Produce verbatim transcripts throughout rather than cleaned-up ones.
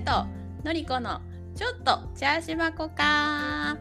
とのりこのちょっとチャーシュバコか。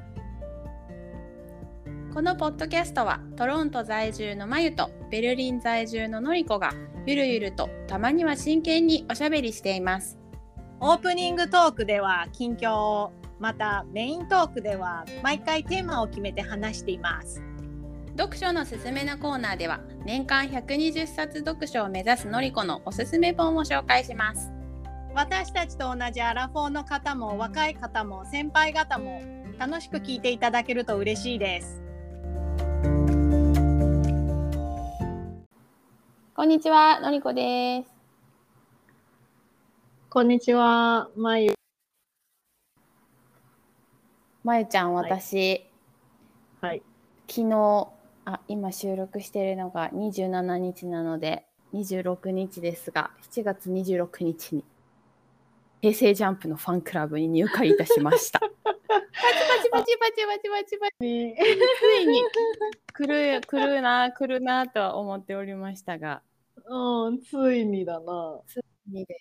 このポッドキャストはトロント在住のまゆとベルリン在住ののりこがゆるゆるとたまには真剣におしゃべりしています。 オープニングトークでは近況を、またメイントークでは毎回テーマを決めて話しています。 読書のすすめのコーナーでは年間ひゃくにじゅっさつ読書を目指すのりこのおすすめ本を紹介します。 私たちと同じアラフォーの方も若い方も先輩方も楽しく聞いていただけると嬉しいです。 こんにちは、のりこです。 こんにちは、まゆ。 まゆちゃん、私、 はい、 昨日あ今収録しているのがにじゅうしちにちなのでにじゅうろくにちですが、しちがつにじゅうろくにちに平成ジャンプのファンクラブに入会いたしましたパチパチパチパチパチパチパチついに来る来るな来るなとは思っておりましたが、 うん、ついにだな。 ついにです。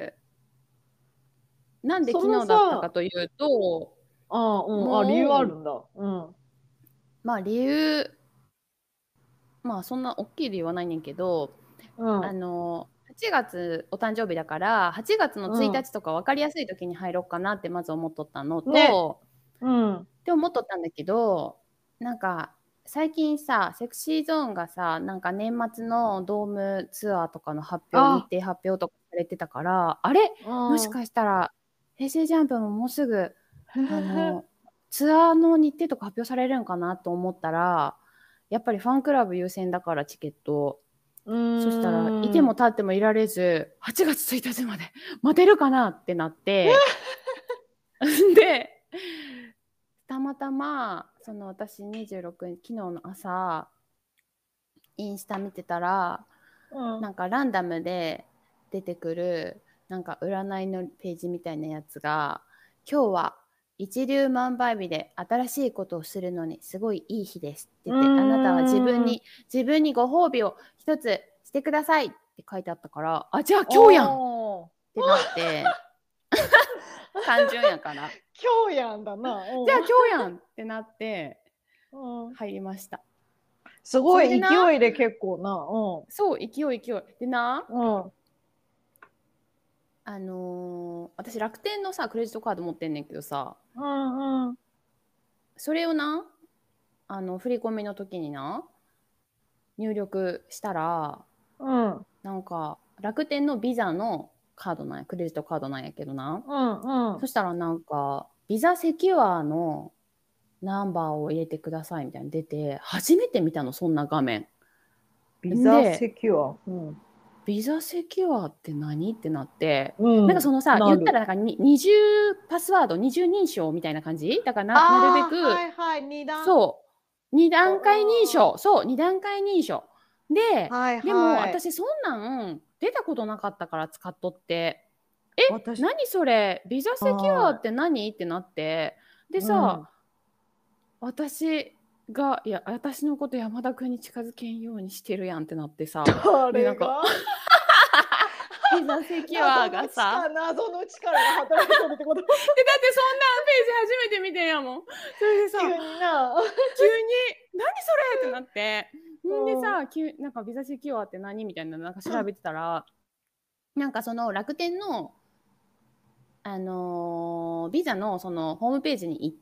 なんで昨日だったかというと、 あ、うん、 もうあ、理由あるんだ。うん。 まあ理由まあそんな大きい理由はないねんけど、 うん、 あのはちがつお誕生日だからはちがつのついたちとか分かりやすい時に入ろうかなってまず思っとったのと、 ね、うん、 って思っとったんだけど、なんか最近さセクシーゾーンがさなんか年末のドームツアーとかの発表日程発表とかされてたから、あれもしかしたら平成ジャンプももうすぐあのツアーの日程とか発表されるんかなと思ったら、やっぱりファンクラブ優先だからチケット、そしたらいても立ってもいられずはちがつついたちまで待てるかなってなってでたまたまその私にじゅうろくにち昨日の朝インスタ見てたら、うん、なんかランダムで出てくるなんか占いのページみたいなやつが、今日は一粒万倍日で新しいことをするのにすごいいい日ですって言って、あなたは自分に自分にご褒美を一つしてくださいって書いてあったから、あ、じゃあ今日やんってなって単純やから今日やんだな。 じゃあ今日やんってなって入りました。 すごい勢いで結構な。 うん、そう勢い勢いでな、 うん、 あのー、私楽天のさクレジットカード持ってんねんけどさ、 うんうん、 それをなあの振り込みの時にな入力したら、うん、なんか楽天のビザのカードなんや、クレジットカードなんやけどな、うんうん、そしたらなんかビザセキュアのナンバーを入れてくださいみたいに出て、初めて見たのそんな画面。 ビザセキュア、うん、 ビザセキュアって何ってなって、うん、なんかそのさ言ったらなんか二重パスワード二重認証みたいな感じだから な, なるべく、 はいはい、二段そう二段階認証、そう二段階認証で、はいはい、でも私そんなん出たことなかったから使っとって、え何それビザセキュアって何ってなって、でさ、うん、私がいや私のこと山田君に近づけんようにしてるやんってなってさ、 でなんかビザセキュアがさ謎の力が働いてるってことで、だってそんなページ初めて見てんやもん。それでさ急にな急に何それってなって、んでさ急なんかビザセキュアって何みたいななんか調べてたら、うん、なんかその楽天のあのー、ビザのそのホームページに行って、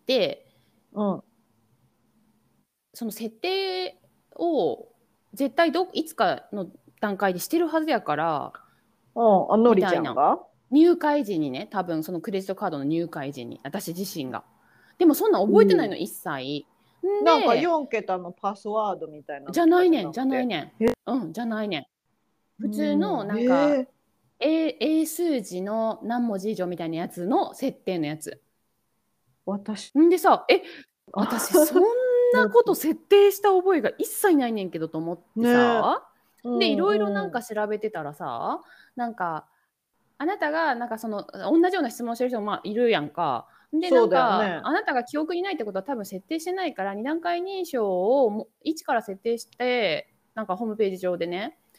うん、その設定を絶対どいつかの段階でしてるはずやから、 うん、あのりちゃんが入会時にね、多分そのクレジットカードの入会時に私自身がでもそんな覚えてないの、うん、一切でなんかよんけたのパスワードみたいなじゃないねんじゃないねんうんじゃないねん普通のなんか、うん、英, 英数字の何文字以上みたいなやつの設定のやつ。 私んでさえ私そんなこと設定した覚えが一切ないねんけどと思ってさ、ね、でいろいろなんか調べてたらさ、なんかあなたがなんかその同じような質問してる人もまあいるやんか。でなんか、ね、あなたが記憶にないってことは多分設定してないからに段階認証をいちから設定してなんかホームページ上でね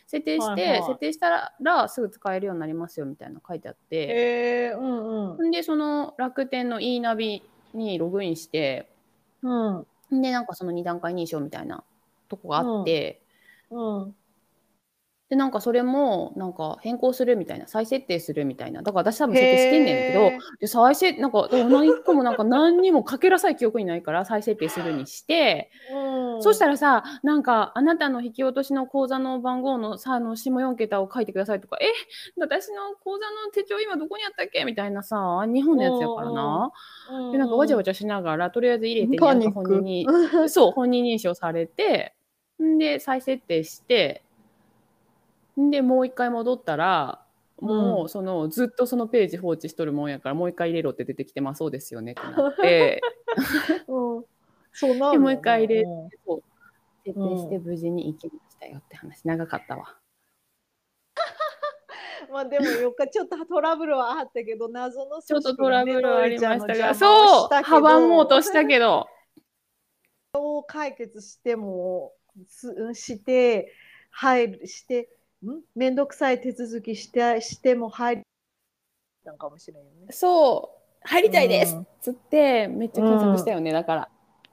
設定して、 はいはい設定したらすぐ使えるようになりますよみたいな書いてあって、 えー、うんうん。 んでその楽天の e ナビにログインして、 うんでなんかそのに段階認証みたいなとこがあっうんて、 うんでなんかそれもなんか変更するみたいな、再設定するみたいな、だから私多分へ設定してんねんだけど、 え。 で再設なんか何個もなんか何にもかけらさえ記憶にないから再設定するにして、そしたうん。 らさ、なんかあなたの引き落としの口座の番号のさあの下よん桁を書いてくださいとか、え私の口座の手帳今どこにあったっけみたいなさ、日本のやつやからな。でなんかわちゃわちゃしながらとりあえず入れてにパなんかニック。 本人にそう本人認証されて、んで再設定して。でもう一回戻ったら、もうそのずっとそのページ放置しとるもんやからもう一回入れろって出てきて、まあそうですよねってなって、 うん、そうなでもうるよね。 一回入れて、 うんそう設定してうん、 無事に行きましたよって話、長かったわ。 まあでもよっかちょっとトラブルはあったけど、謎のちょっとト組織がね、 ラブルあのりちゃんのりましたが、 邪魔をしそうたけ阻もうど、 としたけど、 を解決してもすして入るしてん面倒くさい手続きしてしても入ったんかもしれんよね。 そう入りたいですっうんつってめっちゃ検索したよね、だから。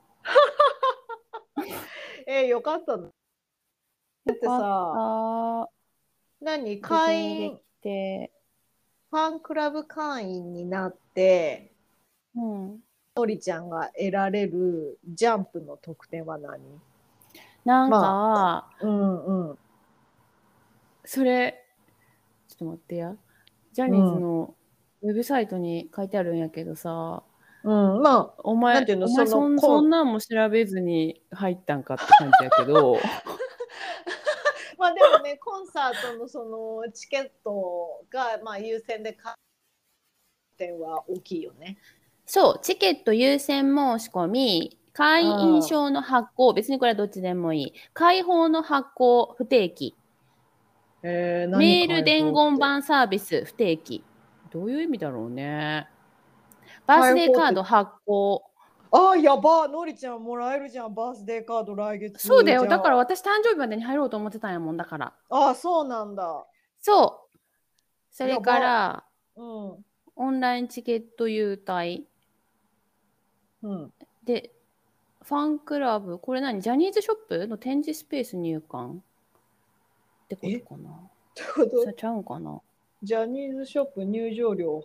えー、よかったの。だってよかっさ、 た。 何無事会員にできて。 ファンクラブ会員になって、 うん。 のりちゃんが得られるジャンプの得点は何？ なんまあ、 か、 うんうんそれ、ちょっと待ってや。ジャニーズうんのウェブサイトに書いてあるんやけどさ、 うん、まあ、 お前、 なんていうの、 おそ前そん、 のコン、 そんなんも調べずに入ったんかって感じやけど、 まあでもね、コンサートのそのチケットがまあ優先で買う点は大きいよね。 そう、チケット優先申し込み、会員あ証の発行、別にこれはどっちでもいい。開放の発行、不定期。 えー、何メール解伝言放って？ 板サービス、不定期。どういう意味だろうね。バース解放って、 デーカード発行。 ああ、やば、のりちゃんもらえるじゃん、バースデーカード来月。 そうだよ。 じゃあ、 だから私誕生日までに入ろうと思ってたんやもん、だから。 ああ、そうなんだ。 そう。それかやば。 ら、 うん。 オンラインチケット優待。 うん。 で、ファンクラブ、これ何ジャニーズショップの展示スペース入館ってことえ、 かな。 ってことそれちゃうんかな。 ジャニーズショップ入場料。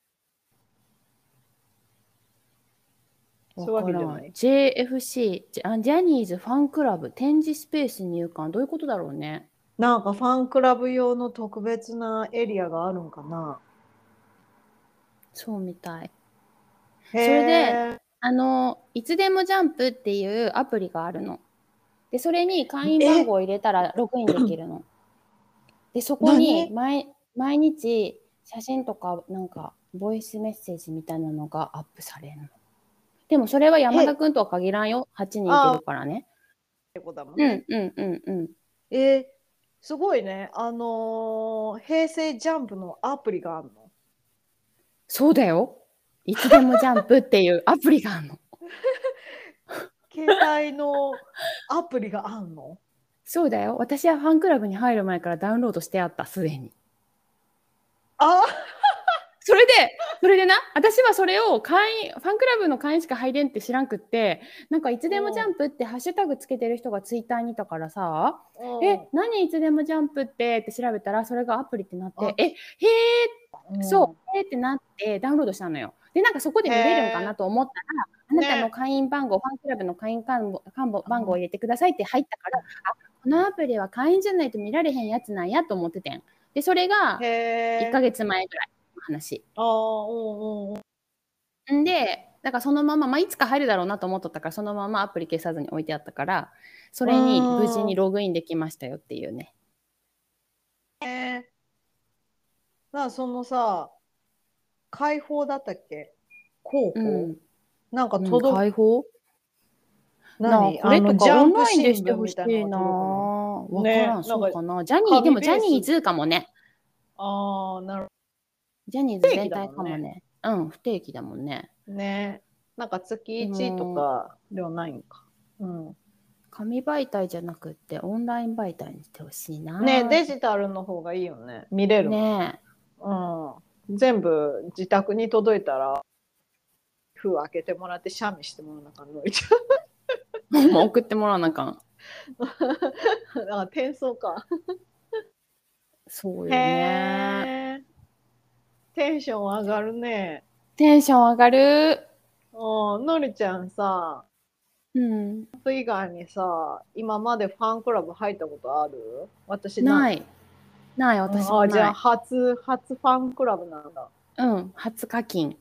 そういうわわからん。 けじゃない。 ジェイエフシー、ジャジャニーズファンクラブ展示スペース入館。どういうことだろうね。 なんかファンクラブ用の特別なエリアがあるんかな。 そうみたい。 へそれで、 え。 あの、いつでもジャンプっていうアプリがあるの。で、それに会員番え、 号を入れたらログインできるの。で、そこに何？ 毎毎日写真とかなんかボイスメッセージみたいなのがアップされるの。でもそれは山田へ、 くんとは限らんよ。はちにんいてああ、っるからね。 てことだもんね。 うんうんうんうん。 えー、すごいね。あのー平成ジャンプのアプリがあるの？ そうだよ。いつでもジャンプっていうアプリがあるの。 携帯のアプリがあるの？ そうだよ。私はファンクラブに入る前からダウンロードしてあった、すでに。 あそれで、それでな、私はそれを会員、ファンクラブの会員しか入れんって知らんくって、なんかいつでもジャンプってハッシュタグつけてる人がツイッターにいたからさ、え、 うん。 何いつでもジャンプってって調べたら、それがアプリってなって、 あ、 え、へー、そう、へーってなってダウンロードしたのよ。で、なんかそこで見れるんかなと思ったら、あなたのね。 会員番号、ファンクラブの会員番号番号を入れてくださいって入ったから、あ、このアプリは会員じゃないと見られへんやつなんやと思っててん。で、それがいっかげつまえぐらいの話。 ああ、うんうんうん。 んで、だからそのまま、まあ、いつか入るだろうなと思っとったから、そのままアプリ消さずに置いてあったから、それに無事にログインできましたよっていうね。 えー、なそのさ、開放だったっけ？広う報ん。 なんかうん、 届く、 開放なあ、 何あの、 これとかジャンプオンラインでし新聞てほしいみたいなのがな。 届くの？ わからん、 ね、なんかそうかな。ジャニー、でもジ紙ベース。 ャニーズかもね。 ああ、なるほど。 ジャニー不定期ズ全体だもんね。 かもね。うん、不定期だもんね。 ね。なんか月でいちとも、 かではないんか。うん。 紙媒体じゃなくってオンライン媒体にしてほしいな。 ね、デジタルの方がいいよね。見れるもん。 ねうん。全部自宅に届いたら、封開けてもらって、シャミしてもらわなあかんのいちゃえ。もう送ってもらわなあかん。 う。あ、転送か。 そうへよね。 え。テンション上がるね。 テンション上がる。 うん、のりちゃんさ、 うん。 それ以外にさ、今までファンクラブ入ったことある？私ない。 ない。ない、私うん、あ、じゃあもない。 初、初ファンクラブなんだ。 うん、初課金。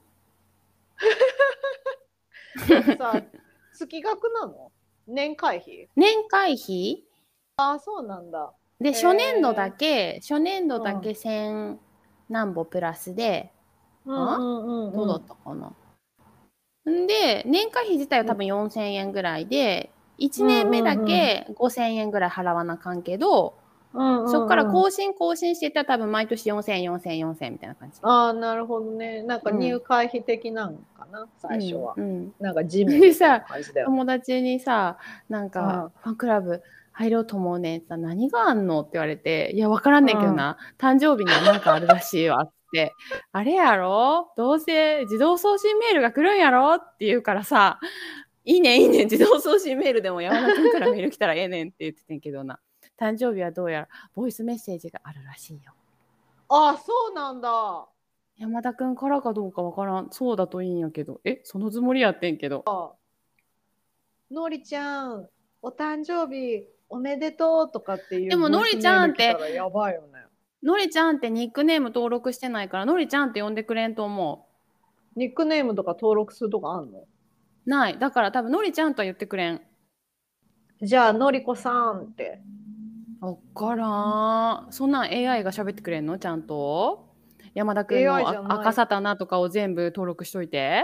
え、さ、月額なの？年会費？ 年会費あ、そうなんだ。 で、 へ初年度だえ。 け、初年度だうん。 けせん何歩プラスで、 うんうあんうんうん。 どうだったかな。んで、年会費自体はうん多分よんせんえんぐらいで、1 うん年目だうんうん。 けごせんえんぐらい払わなあかんけど、 うんうそっからんうん。 更新更新していったら多分毎年よんせん、よんせん、よんせんみたいな感じ。 ああ、なるほどね。なんかうん。 入会費的なんかな、 う最初は。 んうん。 なんかジムみたいなでさ、 感じだよ。 友達にさ、なんか、 うん。 ファンクラブ入ろうと思うねってさ、何があんのって言われて、いや、わからんうん。 ねんけどな、誕生日にはなんかあるらしいわって、あれやろどうせ自動送信メールが来るんやろって言うからさ、いいねいいね、自動送信メールでも山田くんからメール来たらええねんって言っててんけどな、誕生日はどうやらボイスメッセージがあるらしいよ。 ああ、そうなんだ。 山田くんからかどうかわからん。そうだといいんやけど。え、そのつもりやってんけど。 のりちゃん、お誕生日おめでとうとかっていうでも、 ボイスのりちメール来たゃんって、 らやばいよね。 のりちゃんってニックネーム登録してないから、のりちゃんって呼んでくれんと思ニックネームとか登録するとかあんの？ う。ない。だから多分、のりちゃんとは言ってくれん。 じゃあ、のりこさんって。 わからん。そんなん エーアイ が喋ってくれんのちゃんと山田くんエーアイのあじゃない。 赤サタナとかを全部登録しといて。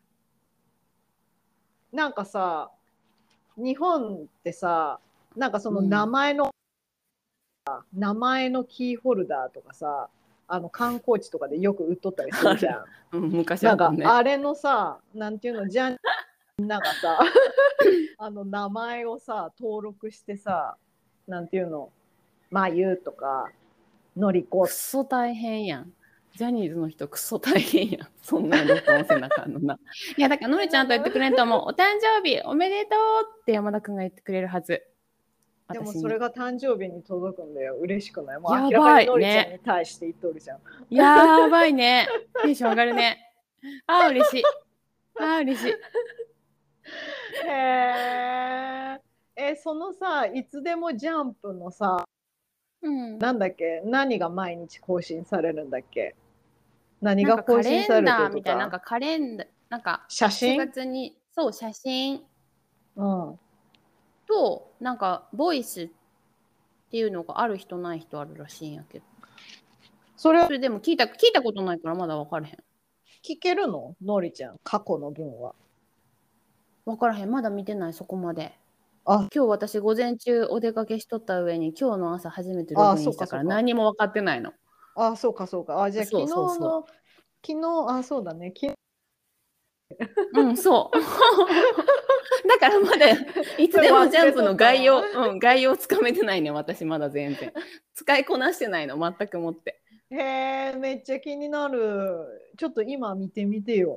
なんかさ、日本ってさ、なんかその名うん。 前の、名前のキーホルダーとかさ、あの観光地とかでよく売っとったりすある。 るじゃん。 うん、昔あなんったね。 かあれのさ、なんていうの、じゃん、みんながさ、あの名前をさ、登録してさ、なんていうの、まゆとか、のりこ。 くそ大変やん。ジャニーズの人くそ大変やん。そんなん録音せなあかんのな。いや、だからのりちゃんと言ってくれんと思う。お誕生日おめでとうって山田くんが言ってくれるはず。 でも私に。 それが誕生日に届くんだよ。嬉しくない？もうや明らかばいにのりちゃんにね。 対して言っとるじゃん。 やばいね。テンション上がるね。あー、嬉しい。あー、嬉しい。 へえ。え、そのさ、いつでもジャンプのさ、 うん。 なんだっけ、何が毎日更新されるんだっけ？何がなんかカ更新されるってレンダーみたいな、なん言っとった？ かカレンダー、なんか7 写真？ 月に、そう、写真うん。 と、なんかボイスっていうのがある人ない人あるらしいんやけど。 それそれでも聞いた、聞いたことないからまだ分からへん。 聞けるの？のりちゃん、過去の分は。 分からへん。まだ見てない、そこまで。 あ、 今日私午前中お出かけしとった上に今日の朝初めてロあ、 グインしたからそうかそうか。 何も分かってないの。 あ、そうかそうか。あ、じゃあ昨そう日そうその、昨日、あ、そうだね。昨日う。うん、そう。だからまだいつでもジャンプの概要、うん、概要つかめてないね、私まだ全然。使いこなしてないの、全くもって。 へえ、めっちゃ気になる。ちょっと今見てみてよ。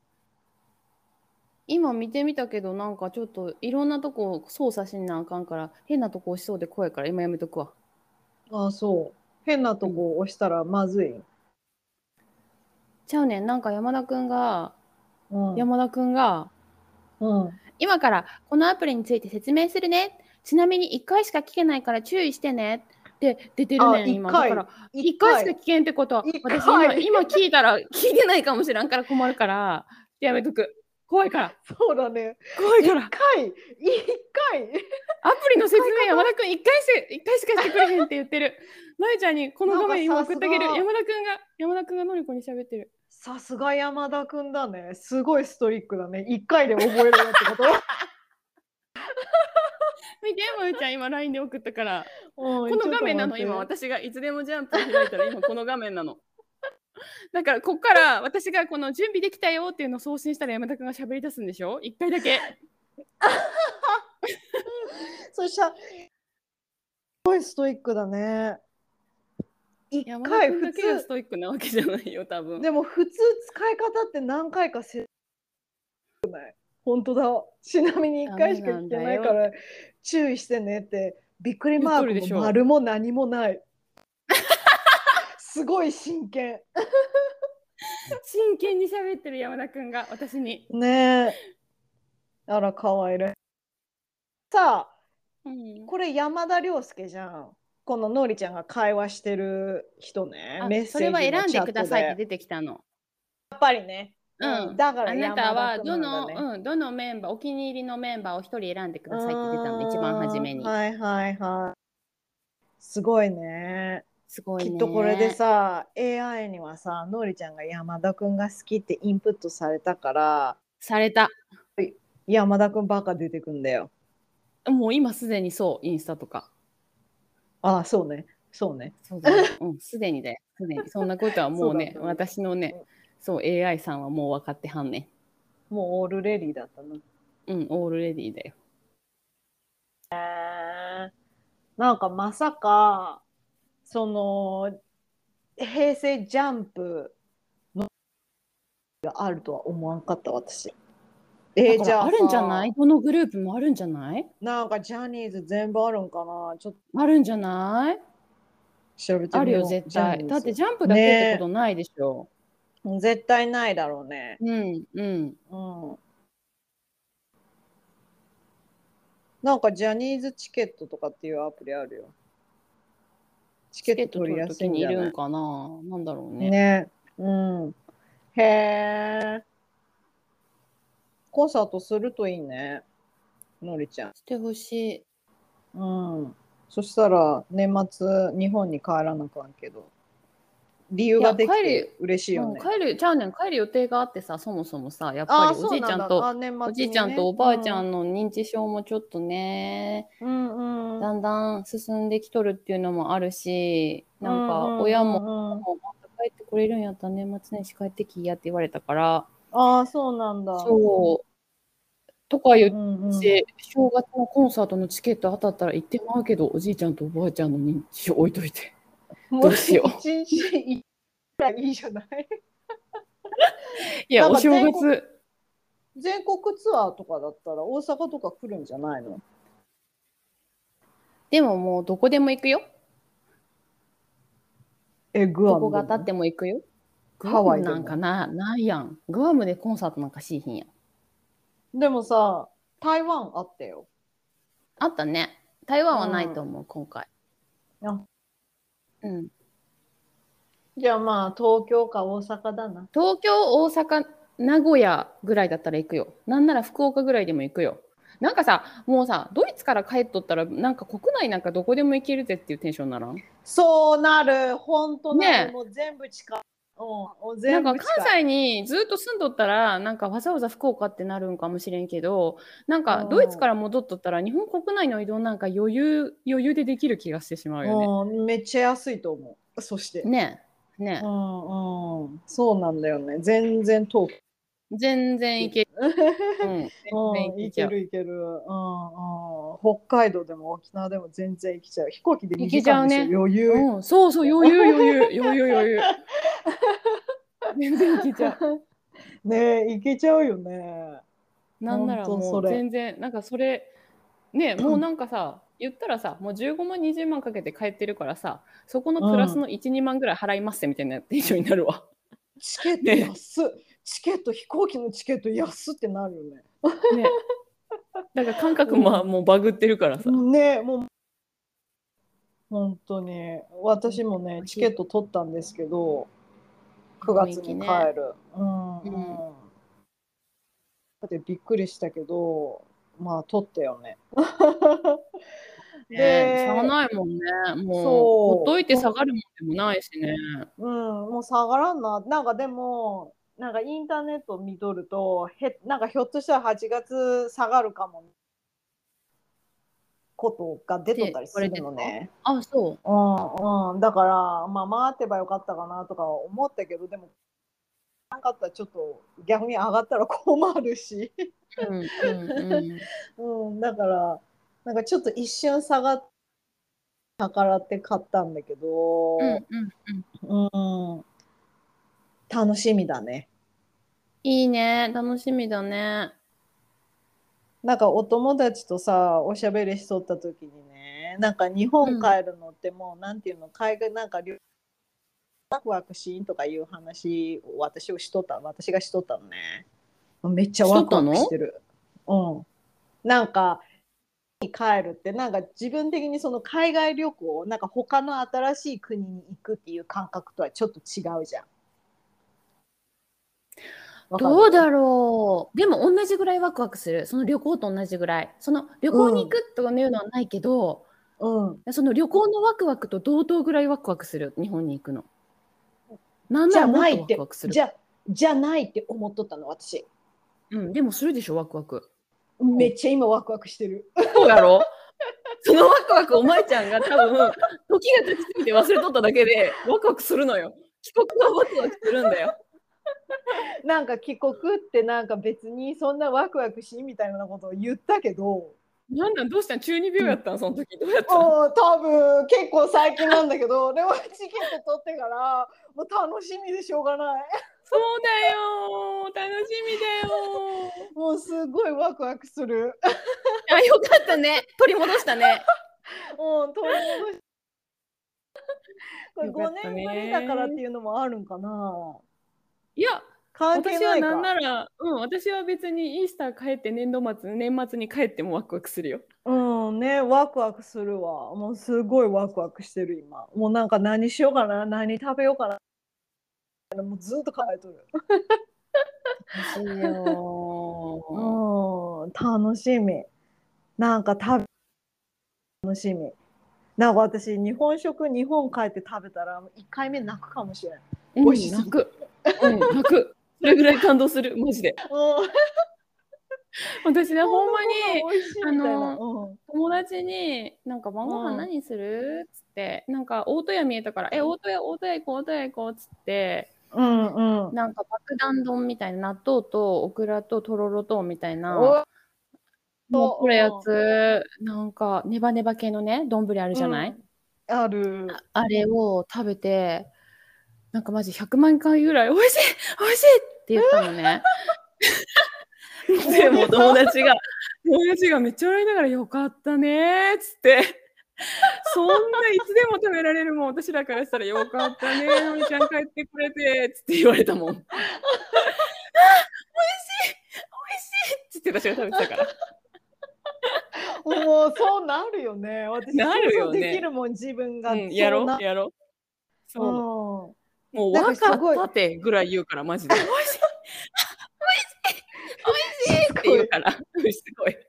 今見てみたけど、なんかちょっといろんなとこ操作しなあかんから、変なとこ押しそうで怖いから今やめとくわ。 あ、そう。変なとうん。 こ押したらまずい。 ちゃうねん、なんか山田くんが、 うん。 山田くんが、 うん。 今からこのアプリについて説明するね。ちなみにいっかいしか聞けないから注意してねって出てるあ、 ねん、今。だ一回、 から一いっかいしか回、 聞けんってことは、 一私今、 回。 今聞いたら聞いてないかもしらんから困るから、やめとく。怖いから。 そうだね。一怖いから。 回、一回。 アプリの説明、 使い方山田くんいっかいし一回しかしてくれへんって言ってる。まゆちゃんにこの画面今送ってあげる。山田くんが、山田くんがのりこに喋ってる。 さすが山田くんだね。すごいストイックだね。一回で覚えるよってこと？ 見て、まゆちゃん今 ライン で送ったから。 ここの画面なの、今私がいつでもジャンプを開いたら今この画面なの。だからこっから私がこの準備できたよっていうのを送信したら山田くんが喋り出すんでしょ？一回だけ。 そしたら、すごいストイックだね。一山田回普君だけがス通、 トイックなわけじゃないよ、多分。 でも普通使い方って何回かせ本当だ。ちなみに一ダ回しか聞メなんけないからだよって注意してねって、びっくり言っマークもとるでしょ。 丸も何もない。すごい真剣。 真剣に喋ってる山田君が私に。 ねえ。あら、かわいい。さあ、 うん、 これ山田涼介じゃん。こののりちゃんが会話してる人ね。 あ、 メッそれはセージのチャ選んでくだットで。 さいって出てきたの。 やっぱりね。うん。 うん。 だからあなた山田くんはどの、 なんだね。 うん、どのメンバー、お気に入りのメンバーを一人選んでくうーださいって出たの、一番初めん。 に。 はいはいはい。すごいね。 すごいきっとこれでね。 さ、エーアイ にはさ、のりちゃんが山田くんが好きってインプットされたから、 された。 山田くんばっか出てくんだよ。 もう今すでにそう、インスタとか。 ああ、そうね。そうね。 そうだよ。うん、すでにだよ。すでに。そんなことはもうね、 そうだったね。 私のね、そう、エーアイ さんはもう分かってはんねもうオールレディだったな。 ん。うん、オールレディーだよ。 なんかまさか、その、平成ジャンプがあるとは思わんかった、私。えー、 だかじゃあらあるんじゃなさ、 い？どのグループもあるんじゃない？ なんかジャニーズ全部あるんかな、ちょっとあるんじゃない？ 調べてあるよ、 みよう。ジャ絶対。 ニーズ。 だってジャンプだけってことねないでしょ。 え、絶対ないだろうね。 うん、うん。 うん。なんかジャニーズチケットとかっていうアプリあるよ。チケットチケット取りやす取るときいんじゃない？ にいるんかな？なんだろうね。 ね。うん。へえ。コンサートするといいね。のりちゃん。 してほしい。 うん。そしたら年末日本に帰らなあかんけど、理由いや、 ができて帰る、 嬉しいうん、 よね。 帰る、ちゃうねん、帰る予定があってさ、そもそもさ、やっぱああ、 りおじいそうなんだ。 ちゃんと、 あ、年おじいちゃんと末にね。 おばあちゃうん。 んの認知症もちょっとね、 うんうん。 だんだん進んできとるっていうのもあるし、 うなんかんうん親も、 うんうん。 もうまた帰ってこれるんやったら年末年始帰ってきいやって言われたから、 ああ、そうなんだ。 そう、とか言っうんうん。 て、正月のコンサートのチケット当たったら行ってまうけど、おじいちゃんとおばあちゃんの認知症置いといて。 もうどうしよう。 一日いくらいいじゃない？ いや、 なんお正か全国、 月、 全国ツアーとかだったら大阪とか来るんじゃないの？ でももうどこでも行くよ。 え、グどアムでもこが当たっても行くよ。グハアムなんかワイでも？ な、ないやん。グアムでコンサートなんかしいひんやん。 でもさ、台湾あったよ。 あったね。台湾はないとうん。 思う、今回。 あ、 うん。 じゃあまあ、東京か大阪だな。 東京、大阪、名古屋ぐらいだったら行くよ。なんなら福岡ぐらいでも行くよ。なんかさ、もうさ、ドイツから帰っとったら、なんか国内なんかどこでも行けるぜっていうテンションならん？ そうなる。ほんとなる。 ねもう全部近い。うん。もうえ。なんか関全部近い。 西にずっと住んどったら、なんかわざわざ福岡ってなるんかもしれんけど、なんかドイツうん。 から戻っとったら、日本国内の移動なんか余裕、余裕でできる気がしてしまうよね。 うん。めっちゃ安いと思う。そして。 ねえ。 うねんうん。そうなんだよね。全然遠く。 え。全然行ける。うん。全然うん、いけ行けちゃう。 るいける。うんうん。北海道でも沖縄でも全然行けちゃう。飛行機で2 行けち時間でしょ。 ゃうね。 余裕。 うん。そうそう、余裕余裕。余裕余裕。全然行けちゃう。 ねえ、行けちゃうよね。 なんなほんらもうとそれ。 全然、なんかそれ、ね、もうなんかさ、言ったらさ、もうじゅうごまん、にじゅうまんかけて帰ってるからさ、そこのうん。 プラスのいち、にまんぐらい払いますってみたいなテンションになるわ。 チケットね、 安っ。チケット、飛行機のチケット安ってなるよね。 ね。だから感覚もうもうバグってるからさ。 ん。ねえ、もう本当に。私もね、チケット取ったんですけど、9 雰囲月に気ね。 帰る。うんうん。 うん。だってびっくりしたけど、まあ取ったよね。 ね、しゃあで、 ないもんね。もう、ほっとそう、 いて下がるもんでもないしね。 うん、もう下がらんな。なんかでも、なんかインターネット見とると、へ、なんかひょっとしたらはちがつ下がるかもことが出とっって言わたりするれてた？ のね。 あ、そう。 うんうん。だから、まあ回ってばよかったかなとか思ったけど、でもなかったらちょっと逆に上がったら困るし、 うんうんうん。 うん、だからなんかちょっと一瞬下がって計らって買ったんだけうんど、 うんうん。 うん、楽しみだね。 いいね。楽しみだね。 なんかお友達とさおしゃべりしとった時にね、なんか日本うん。 帰るのってもうなんていうの、海外なんかワクワクしんとかいう話を私をしとった私がしとったのね。めっちゃしとワクワクしったの？ てる。うん。なんか帰るってなんか自分的にその海外旅行なんか他の新しい国に行くっていう感覚とはちょっと違うじゃん。わかる？ どうだろう。でも同じぐらいワクワクする。その旅行と同じぐらい。その旅行に行うんくとかいうのはないけど、 うん。 その旅行のワクワクと同等ぐらいワクワクする。日本に行くの。なんじゃならもっとワクないってワクする。 じゃじゃないって思っとったの私。 うん、でもするでしょ、ワクワク。うん、 めっちゃ今ワクワクしてる。 そうやろ？そのワクワクお前ちゃんが多分、時が経ちすぎて忘れとっただけで、ワクワクするのよ。帰国がワクワクするんだよ。 なんか帰国ってなんか別にそんなワクワクしみたいなことを言ったけど、 なんなん、どうしたん、中二病やったんその時。どうやったん？ お多分結構最近なんだけど、でもチケット取ってからもう楽しみでしょうがない。 そうだよ。楽しみだよ。 もうすごいワクワクする。 あ、よかったね。取り戻したね。 うん、取り戻しこれよかったごねんぶりだからってね。 いうのもあるんかな。 いや、 関係私はなんないか。 なら、うん、私は別にイースター帰って年度末、年末に帰ってもワクワクするよ。 うんね、ワクワクするわ。もうすごいワクワクしてる今。もうなんか何しようかな、何食べようかな。もうずっと考えとる。 楽しいよ。 うん、楽しみ。なんか食べ楽しみ。なんか私日本食日本帰って食べたらいっかいめ泣くかもしれない。 うん、 美味しすぎて。 泣く。うん、泣く。それぐらい感動する、マジで。 うん、 私ね、ほんまに、 このご飯美味しいあみたいな。 の、 うん。 友達に、なんか晩ご飯うん。 何するっつって、なんか大戸屋見えたから、え、大戸屋、大戸屋行こう、大戸屋行こうっつって、 うんうん。 なんか爆弾丼みたいな、納豆とオクラととろろとみたいな、 おっもうこれやと、 つ、なんかネバネバ系のね、丼あるうん。 じゃない？ うん。ある。 あれを食べて、なんかマジひゃくまんかいぐらい、美味しい美味しいって言ったのね。で、 大げさ。 もう友達が、友達がめっちゃ笑いながら、よかったねっつって、そんないつでも食べられるもん、私らからしたらよかったね、のりちゃん帰ってくれて、つって言われたもん。あ、美味しい美味しいっつって私が食べてたから。 もうそうなるよね。私な想像るよね。 できるもん、自分がうん、やそうな。 ろやろ。 うそう。 ん。 もうなんか分かっすごいたってぐらい言うから、マジで。美味しい美味しい美味しいってしつこい。 言うから。すごい。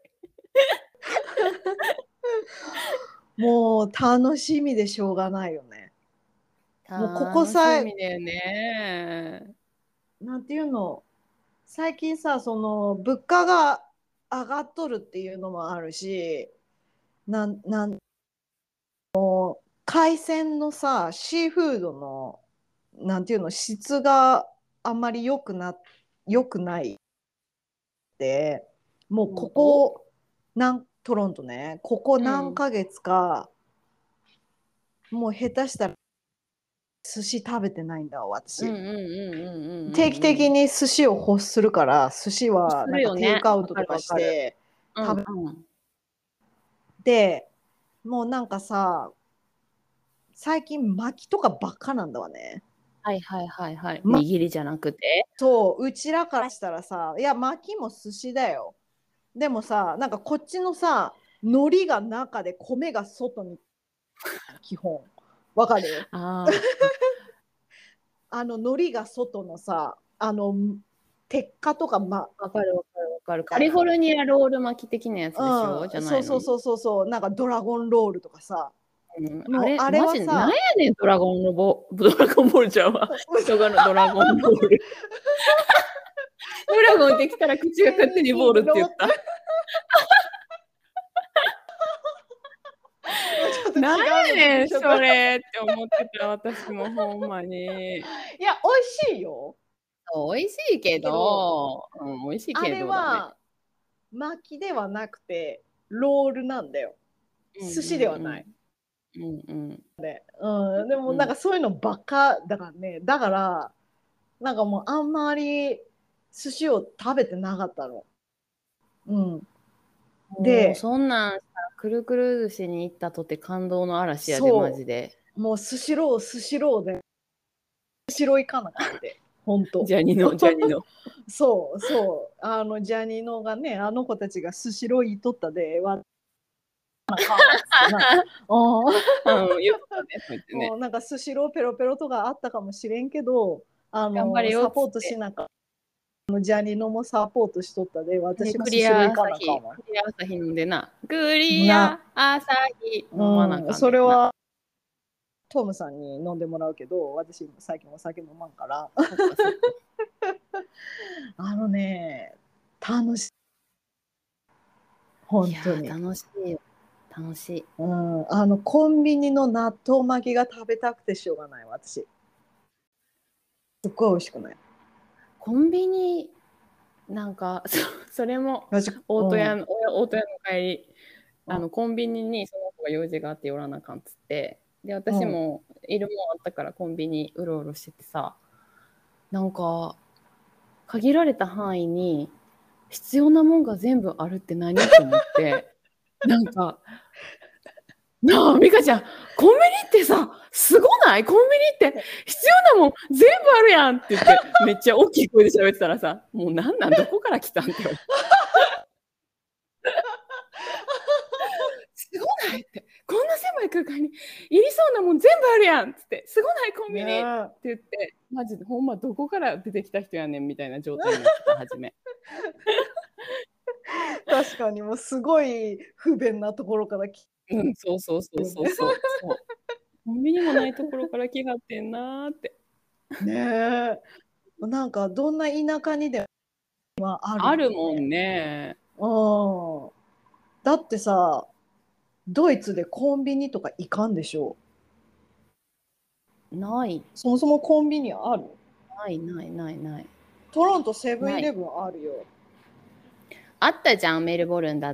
もう楽しみでしょうがないよね。もうここ楽しさえ、 みだよね。 なんていうの、最近さ、その物価が上がっとるっていうのもあるし、なんなん海鮮のさ、シーフードのなんていうの質があんまり良くな良くないって、もうこ本当？ こなんトロントね、ここうん。 何ヶ月かもう下手したら寿司食べてないんだ私。 うんうんうんうんうん定期うんうん。 的に寿司を欲するから寿司はすなんかテイるよね。 クアウわかトとかるわかる。 してうん食べうん。 て、もうなんかさ最近巻きとかばっかなんだわね。 はいはいはいはい。 ま、 握りじゃなくて？ そううちらからしたらさ、いや巻きも寿司だよ。でもさなんかこっちのさ海苔が中で米が外に基本わかる？ ああの海苔が外のさあの鉄火とかまあ、わかるわかるわかる。カみたいな。 リフォルニアロール巻き的なやつでしょ？じうん、 ゃないの？ そうそうそうそうそう、なんかドラゴンロールとかさ、 うん、あれ、 もうあれマジ、なんやはさ、 ねん、ドラゴンのボドラゴンボールちゃうわ。人がドラゴンロール。ドラゴンって来たら口がペ勝手にボールニーローってって言った。 ちょっとなん違うの出やねん、 てきちゃった。いそれって思ってた、私もほんまに。 や、美味しいよ。 そう美味しいけけど、 ど、うん、美味しいあれけどだね。 は巻きではなくてロールなんだよ。 うん寿司ではない。 うんうんうんうん、でもうんなんかそういうのばっかだからね。だからなんかもうあんまり寿司を食べてなかったの。うん。 もうで、 そんなんさ、くるくる寿司に行ったとて感動の嵐やで、マそジで。 う、もうスシロー、スシローで、スシロー行かなかって、ほんと。 ジャニの、ジャニの。 そうそう、あの、ジャニーのがね、あの子たちがスシロー行っとったで、わなかんわっつってな。うんうん、言うことね、そう言ってね。 もうなんかスシローペロペロとかあったかもしれんけど、あの、 頑張れよっサポートしつって。 なかった。ジャニーのもサポートしとったで、 で、 私もクリアスシロー行か朝日、 なあかんわ。 クリア朝日飲んでな。クリな、 ア朝日飲まなあうん、 かんねんな。 それはトムさんに飲んでもらうけど、私最近お酒飲まんから。 そっかそっか。 あのね、楽しい。 いやー、 本当に。 楽しいよ。楽しい。 うん、あの、コンビニの納豆巻きが食べたくてしょうがない、私。すっごい美味しくない。 コンビニ、なんか、そそれも、 私、 大戸屋の、 うん。 大戸屋の帰り、ああの、コンビニにその子が用事があって寄らなあかんっつって、で、 うん。 私もいるもんあったからコンビニうろうろしててさ、なんか、限られた範囲に必要なもんが全部あるって何と思って、なんか、なあ、美香ちゃん、コンビニってさ、すごないコンビニって必要なもん全部あるやんって言って、めっちゃ大きい声で喋ってたらさ、もうなんなん、どこから来たんって言われて、すごないって、こんな狭い空間にいりそうなもん全部あるやんっつって、すごないコンビニってね言って、マジでほんまどこから出てきた人やねんみたいな状態になってた、初め。 確かにもうすごい不便なところから来うん、そうそうそうるよね。 そうそう。そうコンビニもないところから来はってんなーって。 ねえ。なんかどんな田舎にでもあるあるよね。 もんね。 うん。だってさ、ドイツでコンビニとか行かんでしょ。 ない。 そもそもコンビニある？ ないないないない。 トロントセブンイない。 レブンあるよ。 あったじゃん、メルボルンだって。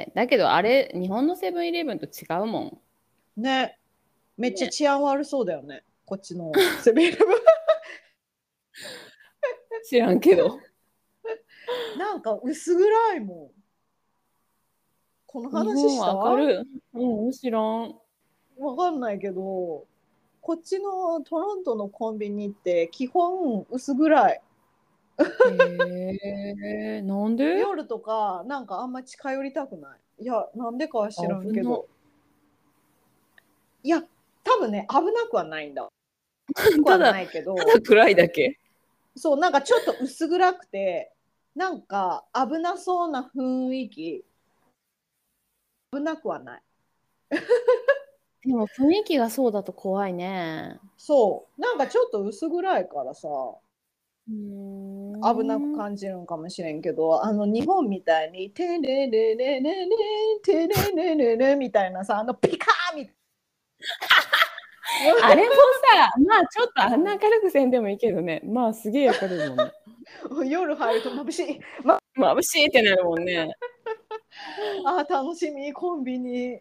だけどあれ、日本のセブンイレブンと違うもね。めっん。 ちゃね。 治安悪そうだよね。こっちのセブンイレブン。 知らんけど。 なんか薄暗いもん。この日話した？ 本は明わるい。うん、知らん。 かんないけど、こっちのトロントのコンビニって基本薄暗い。 へえ、なんで？ 夜とかなんかあんま近寄りたくない。いや、なんでかは知らん危な。 けど。いや、多分ね、危なくはないんだ。危なくはただ、 ないけただど、 暗いだけ。 そう、なんかちょっと薄暗くて、なんか危なそうな雰囲気、危なくはない。 でも雰囲気がそうだと怖いね。 そう、なんかちょっと薄暗いからさ、 うー危なくん。 感じるんかもしれんけど、あの日本みたいに、テレレレレレ、テレレレレみたいなさ、あのピカーみたいあれもさ、まあちょっとあんな明るくせんでもいいけどね。まあすげえ明るいもんね。 な、夜入ると眩しい。ま、 眩しいってなるもんね。 あー楽しみ、コンビニ。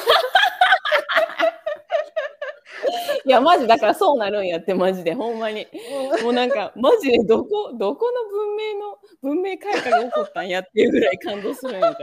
いや、マジだからそうなるんやって、マジで、ほんまに。 うもうなんか、マジでどこ、どこの文明の、文明開化が起こったんやっていうぐらい感動するんやから。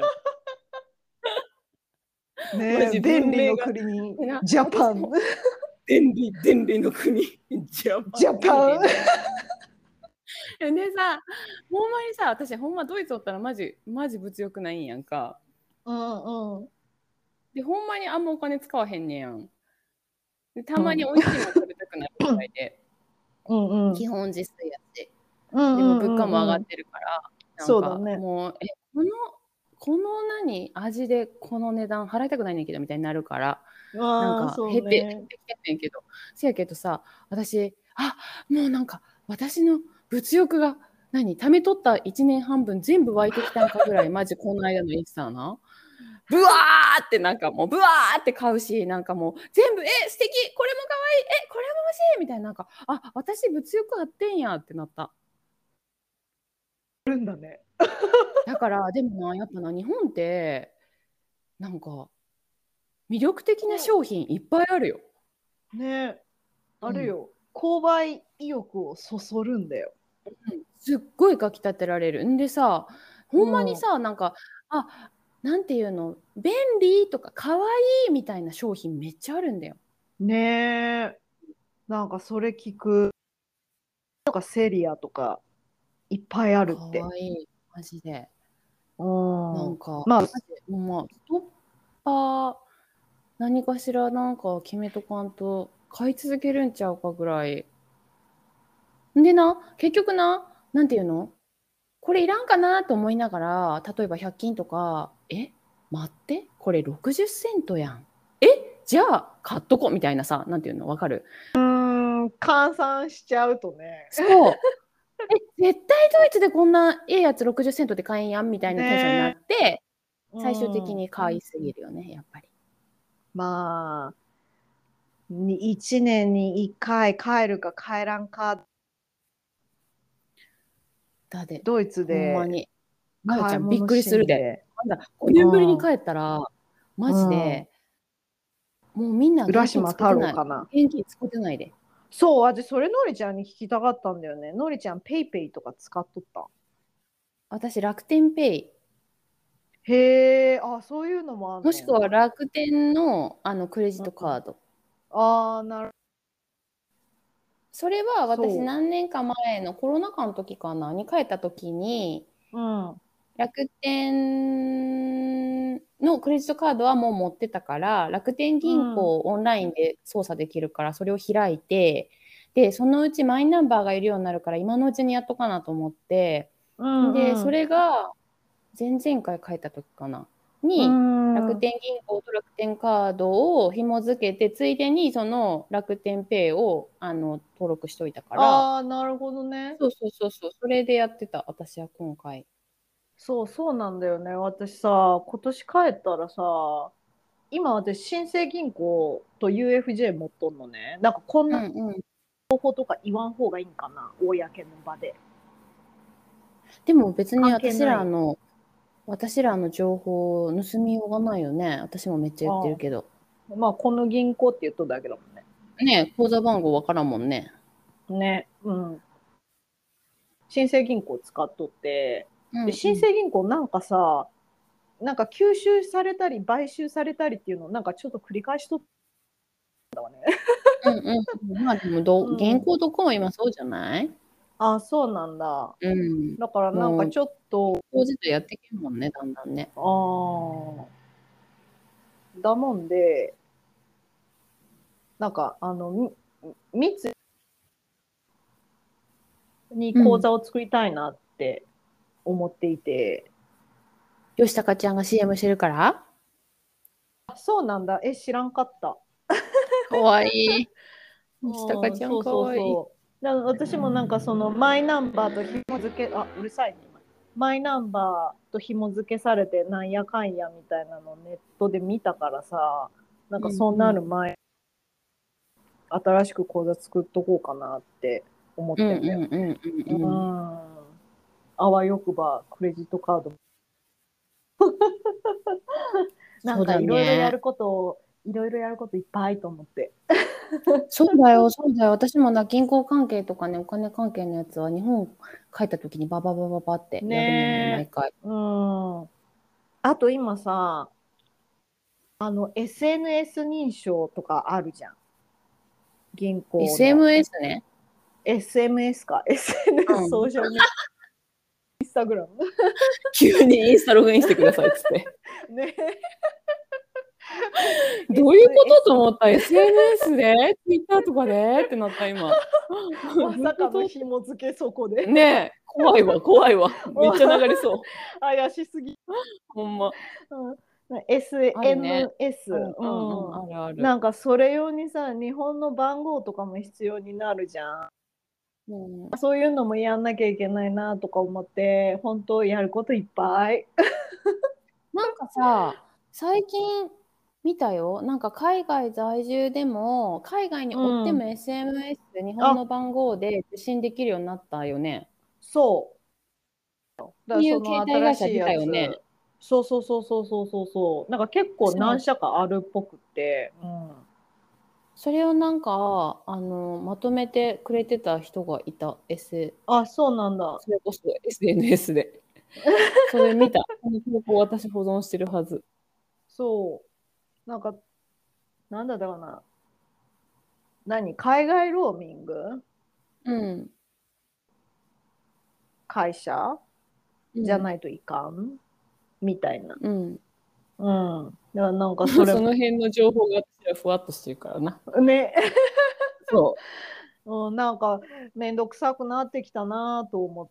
ん、ねえ、 マジ便利の文明が。 国に、 なジャパン。 私も、電離、電離の国、ジャパジャン、電パン。 離の国。でさ、ほんまにさ、私ほんまドイツおったらマジ、マジ物欲ないんやんか。 うんうん。 で、ほんまにあんまお金使わへんねやん。で、たまにうん。 美味しいもの食べたくなるぐらいで、 うんうん。 基本自炊やし。 うんうんでも物価も上うんうん。 がってるから、なんかそうだね。 もう、え、この、この何、味でこの値段払いたくないねんけどみたいになるから、なんああ、 か減って、減そうね。 ってきてんねんけど、せやけどさ、私、あ、もうなんか私の物欲が、何、貯めとったいちねんはんぶん全部湧いてきたんかぐらい、マジこの間のインスタな。ブワーってなんかもうブワーって買うし、なんかもう全部、え、素敵、これも可愛い、え、これも欲しいみたいな、なんか、あ、私物欲あってんやってなった。 あるんだね。 だからでもな、やっぱな、日本ってなんか魅力的な商品いっぱいあるよ。 ね、 うん、 あるよ。購買意欲をそそるんだよ。 うん、すっごいかきたてられるんでさ、ほんまにうん。 さ、なんか、あ、なんていうの、便利とか可愛いみたいな商品めっちゃあるんだよ。 ねえ。なんかそれ聞く。なんかセリアとかいっぱいあるっ可て。 愛いマジで。 うん。 なんか、 まあ、 マジでほんま、ストッパー何かしらなんか決めとかんと買い続けるんちゃうかぐらい。んでな、結局な、なんていうの、これいらんかなと思いながら、例えばひゃく均とか、え、待って、これろくじゅっセントやん。え、じゃあ買っとこうみたいなさ、なんていうの、わかる？ うん、換算しちゃうとね。 そう。え、絶対ドイツでこんなええやつろくじゅっセントで買えんやんみたいなテンションになねって、 え。う最終的ん。 に買いすぎるよね、やっぱり。 まあ、にいちねんにいっかい帰るか帰らんか、 だって、 ドイツでほんまに。まよちゃんびっ買い物くりするで。 しんで。 まだごねんぶりにうん。 帰ったら、マうん。 ジで、もうみんな現金浦島太使ってない。 郎かな。 現金使ってないで。 そう、私、それのりちゃんに聞きたかったんだよね。のりちゃん、ペイペイとか使っとった？ 私、楽天ペイ、 へえ、あ、そういうのもあんもしくの？ は楽天の、あのクレジットうん。 カード。 ああ、なるそれは私そ何年か前のコロナ禍の時かなに帰った時に、 う。うん。 楽天のクレジットカードはもう持ってたから、楽天うん。 銀行をオンラインで操作できるから、それを開いて、で、そのうちマイナンバーがいるようになるから、今のうちにやっとかなと思って、で、そうん。うん。 れが前々回帰った時かなうに、楽ん。 天銀行と楽天カードを紐付けて、ついでにその楽天ペイをあの登録しといたから、 ああ、なるほどね。 そうそうそうそう、それでやってた、私は今回。 そう、そうなんだよね。私さ、今年帰ったらさ、今私、新生銀行と ユーエフジェー 持っとんのね。なんかこんなうんうん。 方法とか言わん方がいいんかな、公の場で。 でも別に関係私ない？ らの、私らの情報を盗みようがないよね。私もめっちゃ言ってるあけど。 あ、まあ、この銀行って言っとるだけだもんね。 ねえ、口座番号わからんもんね。 ね、うん。新生銀行使っとって、で、 うんうん。 新生銀行なんかさ、なんか吸収されたり買収されたりっていうのをなんかちょっと繰り返しとったわね。 うんうんうん。まあでもど、銀うん。 行どこも今そうじゃない？ あ、そうなんだ。 うん。 だからなんかもう、 ちょっと、 当時とやってけんもんね、だんだんね。 ああ、だもんで、なんかあの、み三井にうん。 口座を作りたいなって思っていて、 吉高ちゃんが シーエム してるから。 あ、そうなんだ。え、知らんかった。 かわいい。吉高うん、 ちゃんそうそうかわいい。 そう。だ私もなんかそのマイナンバーと紐付け、あ、うるさいね、今。マイナンバーと紐付けされてなんやかんやみたいなのをネットで見たからさ、なんかそううんうん。 なる前、新しく口座作っとこうかなって思っうんてんだよね。 うんうんうんううん。 ん。あわよくばクレジットカード。なんそうだかいろいろやね。 ることを、いろいろやることいっぱいと思って。 そうだよ、そうだよ。私もな、銀行関係とかね、お金関係のやつは日本帰った時にバババババってやるもんね、 ね毎回。 え。うん。あと今さ、あの エスエヌエス 認証とかあるじゃん。銀行の。 エスエムエス ね。 エスエムエス か。エスエヌエスうん。 ソーシャルメディア、インスタグラム。 急にインスタログインしてくださいっつって。 ね。 どういうこ S、 とと思った？ エスエヌエス で ツイッター とかでってなった今。どまさかのういうこと？ 紐付けそこで。 ねえ、怖いわ、怖いわ。めっちゃ流れそう。 怪しすぎ。 ほんま。 うん、 あるね。 エスエヌエス。 うんうんうん、 うん。 あるある。 なんかそれ用にさ、日本の番号とかも必要になるじゃん。 うん、 そういうのもやんなきゃいけないなとか思って、本当やることいっぱい。 なんかさ、最近見たよ。なんか海外在住でも、海外にうおってもん。 エスエムエス で日本あ、 の番号で受信できるようになったよね。 そう。 だかそういうらその携帯会社出新しいやたよね。 つ、そうそうそうそうそうそうそう、なんか結構そう何社かあるっぽくて、うん、 それをなんかあのまとめてくれてた人がいた。 S あ、そうなんだ。 それこそ エスエヌエス でそれ見た。この投稿私保存してるはず。 そう、なんか、なんだったかな。何海外ローミングうん。 会社うん。 じゃないといかんみたいな。 うん。 うん。だからなんかそれその辺の情報が私はふわっとしてるからな。 ね、 そうん、なんかめんどくさくなってきたなと思って、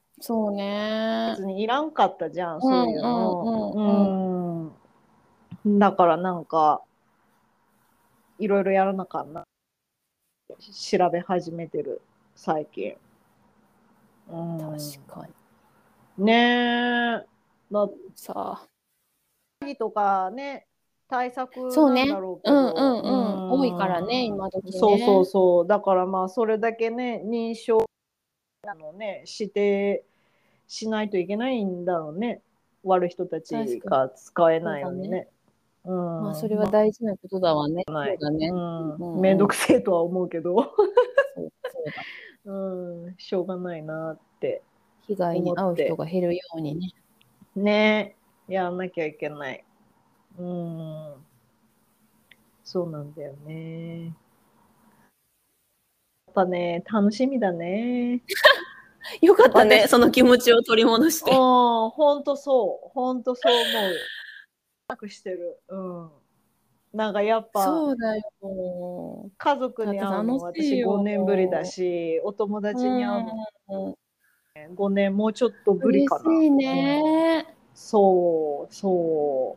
う。そうね。 別にいらんかったじゃん、 うんそういううんうの。 んうん。 うん。だからなんか、いろいろやらなかんな。調べ始めてる、最近。う確ん。 かに。 ねえ。ださあ。 とかね、対策そうね。 なんだろううんうけど、 んうん。多いからね、今うん、 時そうそうね。 そう。だからまあ、それだけね、認証あのね、してしないといけないんだろうね。悪い人たち確かに。 が使えないそうだね。 ようにね。うまあ、そん、 れはま大事なことだわね。 あ、ない。 そうだね。 ううん、めんんうん。 どくせえとは思うけど、 そう、そうだ。 うん、しょうがないなって被害に遭う人思って。 が減るようにね。 ね、やんなきゃいけない。うん、そうなんだよね。やっぱね、楽しみだね。 よかったね、 私、 その気持ちを取り戻しうん、 て。 ほんとそう。ほんとそう思う。なくしてる。うん。なんかやっぱ、 そうだよ。 家族だってに会うの楽しい私ごねんぶりだよ。 し、お友う達に会うのん。 ごねんもうちょっとぶりかな。 嬉しいうん。 ね。 そう、そう。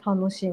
楽しみ。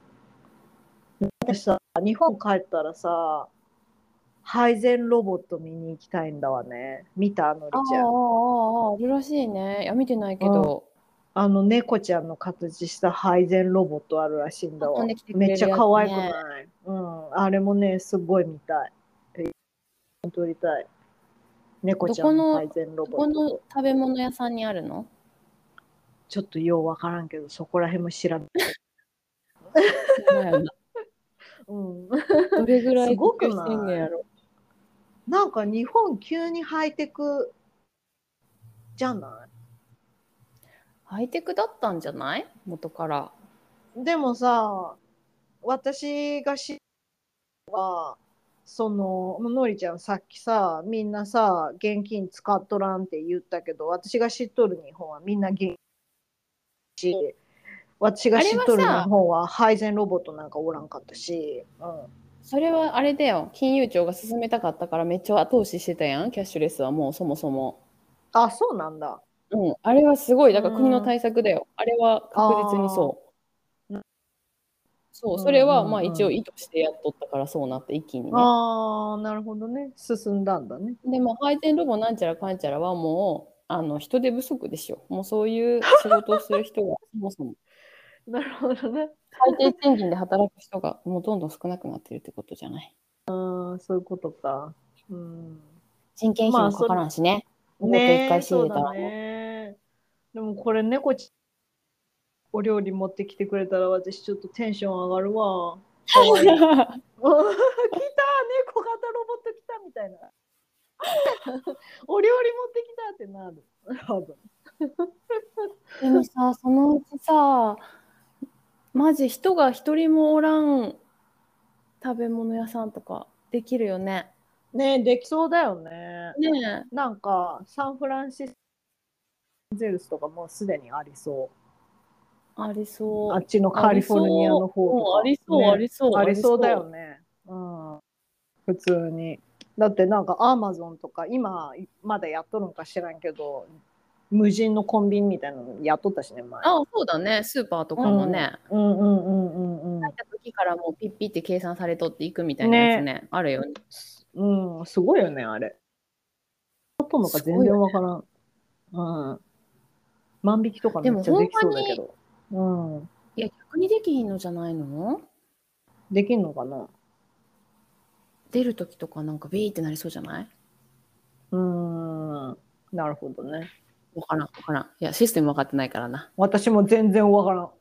私さ、日本帰ったらさ、配膳ロボット見に行きたいんだわね。見たのああ、 りちゃん。 ああ、ああ、あるらしいね。いや、見てないけうん。 ど、 あの猫ちゃんの形した配膳ロボットあるらしいんだわ。 運んできてくめっちゃれるやつ可愛くね。 ない？うん。あれもね、すごい見たい。撮りたい。猫ちゃんのどこの、 配膳ロどこのボットと。 食べ物屋さんにあるの？ ちょっとようわからんけど、そこら辺も調べ、 ほんまやな。 うん。 どれぐらい普すごく及してんねない？ やろ。 なんか日本急にハイテクじゃなハイテクだったんじゃない？元から。 い？でもさ、私が知ったは、その、のりちゃんさっきさ、みんなさ、現金使っとらんって言ったけど、私が知っとる日本はみんな現金、私があれは知っとる日さ、 本は配膳ロボットなんかおらんかったし、うん。 それはあれだよ。金融庁が進めたかったからめっちゃ後押ししてたやん。キャッシュレスはもうそもそも。 あ、そうなんだ。 うん。あれはすごい。 うだから国のん。あ対策だよ。あれは確実にあ、 そう。そう。それうんうはまあ一んうん。 応意図してやっとったからそうなって一気にね。 ああ、なるほどね。進んだんだね。 でも配膳ロボなんちゃらかんちゃらはもうあの人手不足でしょ。もうそういう仕事をする人がそもそもなるほどね。 最低賃金で働く人がもうどんどん少なくなってるってことじゃない。 ああ、そういうことか。うん。 人件費まあ、 もかかそれ、 らんしね。ロボット一ねえ、 回仕入そうだれたらね。 ね。でもこれ猫ちお料理持ってきてくれたら私ちょっとテンション上がるわ。かわいい。来た猫型ロボット来たみたいな。お料理持ってきたってなる。多分。 でもさ、そのうちさ、マジ人が一人もおらん食べ物屋さんとかできるよね。 ねえ、できそうだよね。 ねえ。 なんか、サンフランシスコゼルスとかもうすでにありそう。 ありそあっちのう。ありカリフォルニアそのう。うん、あ方とか。 りそう、あね。 りそう、ありありそうだよそね。うん。普通に。だってなんかアマゾンとか今まだやっとるんか知らんけど、無人のコンビニみたいなのやっとったしね、 う。 前。 ああ、そうだね。スーパーとうん。うんかもね。 うんうんうんう入った時からもうピッピって計算されとっていくみたん。 いなやつね。 ね。あるよね。 うん、すごいよね、あれ。あとのか全すごいよね。 然わからん。うん。万引きとかでもほんめっちゃできそうだけまに、 ど。うん。 いや、逆にできひんのじゃないの？ できんのかな？ 出る時とかなんかビーってなりそうじゃない？ うーん。なるほどね。 わからん、わからん。いや、システム分かってないからな。 私も全然わからん。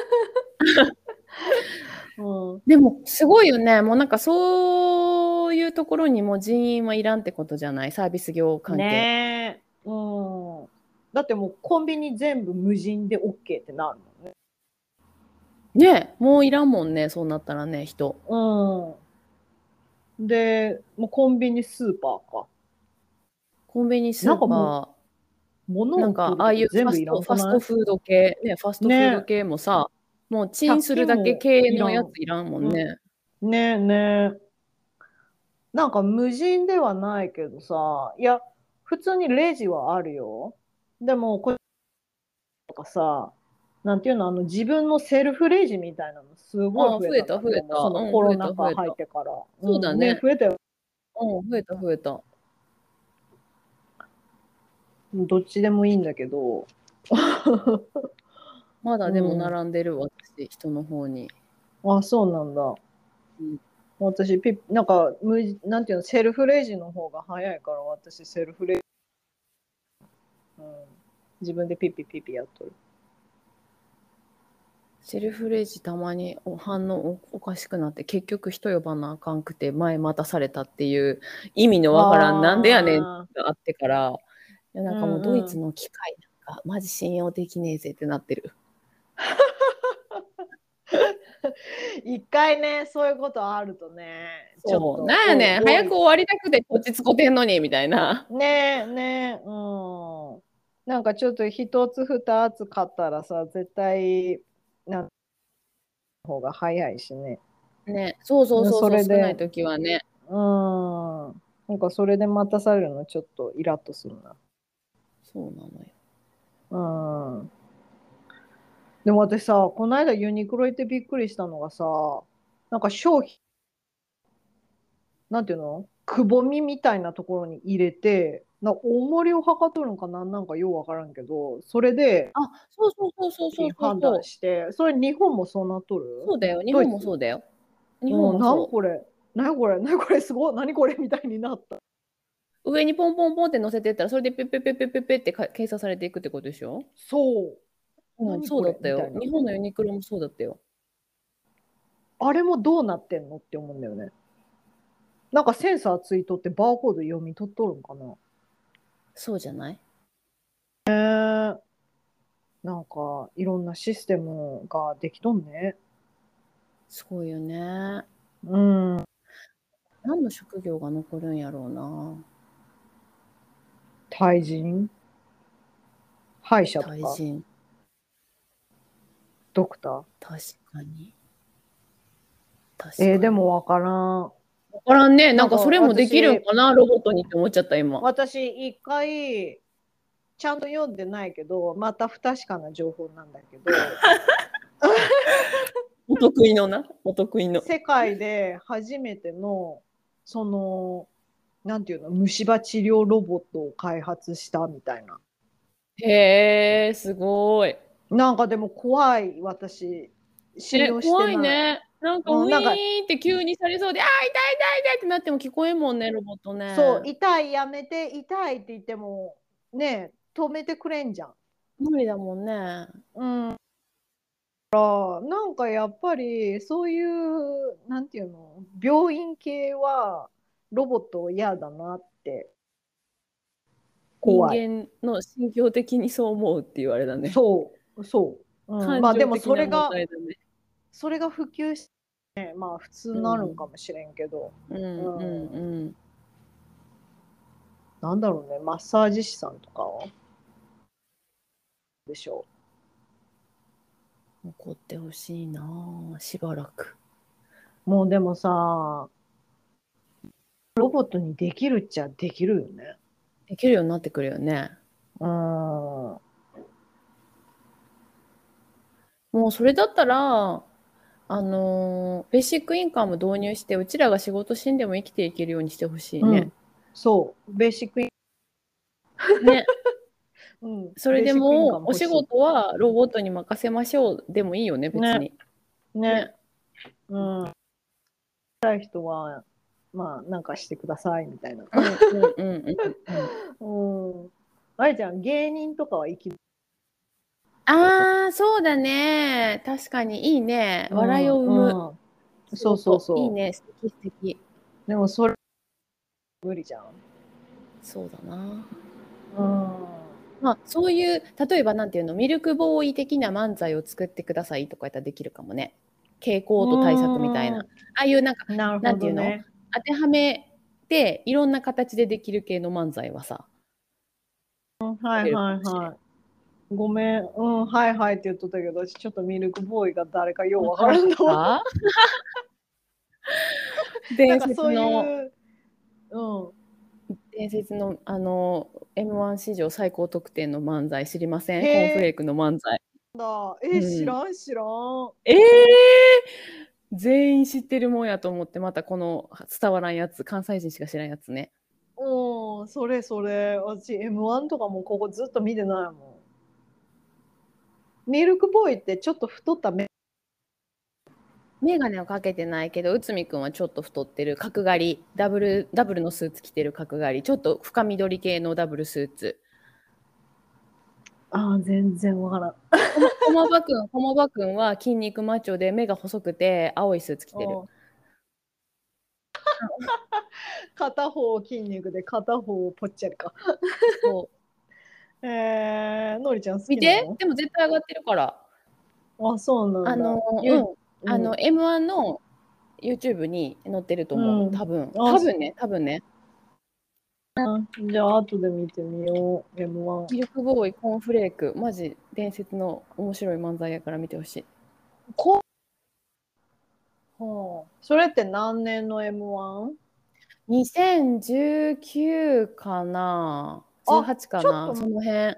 うん、 でも、すごいよね。もうなんかそういうところにも人員はいらんってことじゃない？サービス業関係。 ねえ。うん。だってもうコンビニ全部無人で OK ってなるもんね。 ねもういらんもんね、そうなったらね、人。 うん。で、もうコンビニスーパーか。 コンビニ、スーなんかもう、 パー、 物をなんか、 取るとこああいうフ全部いらァスト、ファスんくない？ トフード系、ね、ファストフードねえ。 系もさ、もうチンひゃくするだけ均も系のやついらん。 いらんもんうん。 ね。 ねえねえ。なんか無人ではないけどさ、いや、普通にレジはあるよ。でも、これとかさ、なんていうの、あの自分のセルフレジみたいなのすごいああ、 増えた増えた、 なって思う。そ増えた。 のうん、 コロナ増えた、増えた。 禍入ってから。うん、ね、 そうだね。 増えたよ。 うん、増えた、増えた。 どっちでもいいんだけど。 まだでもうん。 並んでるわ、私、人の方に。 あ、そうなんだ。 うん、 私、ピッ、なんか、無、なんていうの、セルフレジの方が早いから、私、セルフレジ、うん、自分でピッピピッピやっとる。 セルフレジたまにお反応おおかしくなって、結局人呼ばなあかんくて前待たされたっていう意味のわからんなんでやねんああ、 があってから、いやなうんかもうドイツんうん。 の機械なんかマジ信用できねえぜってなってる。 一回ね、そういうことあるとね、ちょっそう。 と、 なんやねん、 お、多い。 早く終わりたくてこっちつこてんのにみたいな。 ねえ、ねえ、うん。なんかちょっと一つ二つ買ったらさ、絶対、なん方が早いしね。 ね、そうそうそうそそう、少ないれで、 時はね。 うん。なんかそれで待たされるのちょっとイラッとするな。 そうなのよ。 うん。でも私さ、この間ユニクロ行ってびっくりしたのがさ、なんか商品、なんていうのくぼみみたいなところに入れて、な重りを測っとるんかなんなんかようわからんけど、それであ、そうそうそうそうそうそう判断そう。 して、それ日本もそうなっとる？ そうだよ。日本ドイツ？ もそうだよ。日本うん、なんもそこれ、なんこれ、なんこれ、すごい、何これみたいになった。 う。上にポンポンポンって乗せてったら、それでペッペッペッペッペッペッってか計算されていくってことでしょ？ そう。 うん、そう何こだったよ。 れみたいな。 日本のユニクロもそうだったよ。 あれもどうなってんのって思うんだよね。なんかセンサーついとってバーコード読み取っとるんかな。 そうじゃない？ なんかいろんなシステムができとんね。 すごいよね。 うん。 何の職業が残るんやろうな。 対人、歯医者とか、 対人。 ドクター。 確かに。確えー、 かに。 でもわからん。 わからんね。ななんかんかそれもできるん私、 かな、ロボットにって思っちゃった、今。 私一回、ちゃんと読んでないけど、また不確かな情報なんだけど、 お得意のな。お得意の。 世界で初めての、その、なんていうの、虫歯治療ロボットを開発したみたいな。 へえ、すごい。 なんかでも怖い、私。信え、 用して怖いない。 ね。なんかウィうん、なんか、 ーンって急にされそうで、あー、痛い痛い痛いってなっても聞こえんもんね、ロボットそう、 ね。 痛い、やめて、痛いって言っても、ね、止めてくれんじゃん。 無理だもんね。 うん。なんかやっぱり、そういう、なんていうの、病院系は、ロボット嫌だなって、 人怖い。 間の心境的にそう思うって言われだね。 そう、そう。うん、ま感情あでも的な問それが、 題だね。 それが普及して、まあ普通うになるんかん。 もしれんけど、 うんううんん、 うん。 なんだろうね、マッサージ師さんとかはでしょ残ってほしいなぁ、しばらく。 う。もうでもさ、ロボットにできるっちゃできるよね。 できるようになってくるよね。 うん。 もうそれだったら、あのーベーシックインカム導入して、うちらが仕事しんでも生きていけるようにしてほしいね。 うん。そう。ベーシックイン、 ね。 うん。 それでベーシックインカも、お仕ム欲し事はロボットに任せましょうでもいいよね、 い。ね。 別に。 ね。 ね。 うん。したい人は、まあ、なんかしてください、みたいな。 うんうんうんうんうん。 うん。あれれじゃん、芸人とかは生きる。 ああ、そうだね。確かにいいね。 うん笑いを生む。 うんそうそうそう。 いいね。素敵素敵。 でもそれ無理じゃん。 そうだな。 うん。 まあ、そういう、例えばなんていうの、ミルクボーイ的な漫才を作ってくださいとかやったらできるかもね。傾向と対策みたいな。ああいうなんか、 なるなんていうの、 ほどね。 当てはめていろんな形でできる系の漫才はさ、 はいはいはい。ごめん、うん、はいはいって言っとったけど、私ちょっとミルクボーイが誰かようわからんのわ。なん伝かそうい説の、 う、うん。 伝説の、あの、エムワン 史上最高得点の漫才知りません？ へえ、 コーンフレークの漫才。 だ。 うえ、知ん。 らん知らん。 えー、全員知ってるもんやと思って、またこの伝わらんやつ、関西人しか知らんやつね。 うん、それそれ。私 エムワン とかもここずっと見てないもん。ミルクボーイってちょっと太った目。 メガネをかけてないけど、内海くんはちょっと太ってる角刈り、ダブル、ダブルのスーツ着てる角刈り、ちょっと深緑系のダブルスーツ。 ああ、全然わからん。 駒場くん、駒場くんは筋肉マッチョで目が細くて青いスーツ着てる。 うん、片方筋肉で片方ぽっちゃりか。 そう。 えー、のりちゃん好見て、 きなの？ でも絶対上がってるから。 あ、そうなんだ。 あの、うゆ、 ん。あの、 うん、 エムワン の YouTube に載ってると思う。 うん。 多分。 あ、 多分ね、多分ね。 じゃあ後で見てみよう、エムワン。 ミルクボーイ、コーンフレーク。マジ伝説の面白い漫才やから見てほしい。 こ、はあ、それって何年の エムワン？ にせんじゅうきゅうかな？ あ、 じゅうはち かな？ ちょっと、 その辺。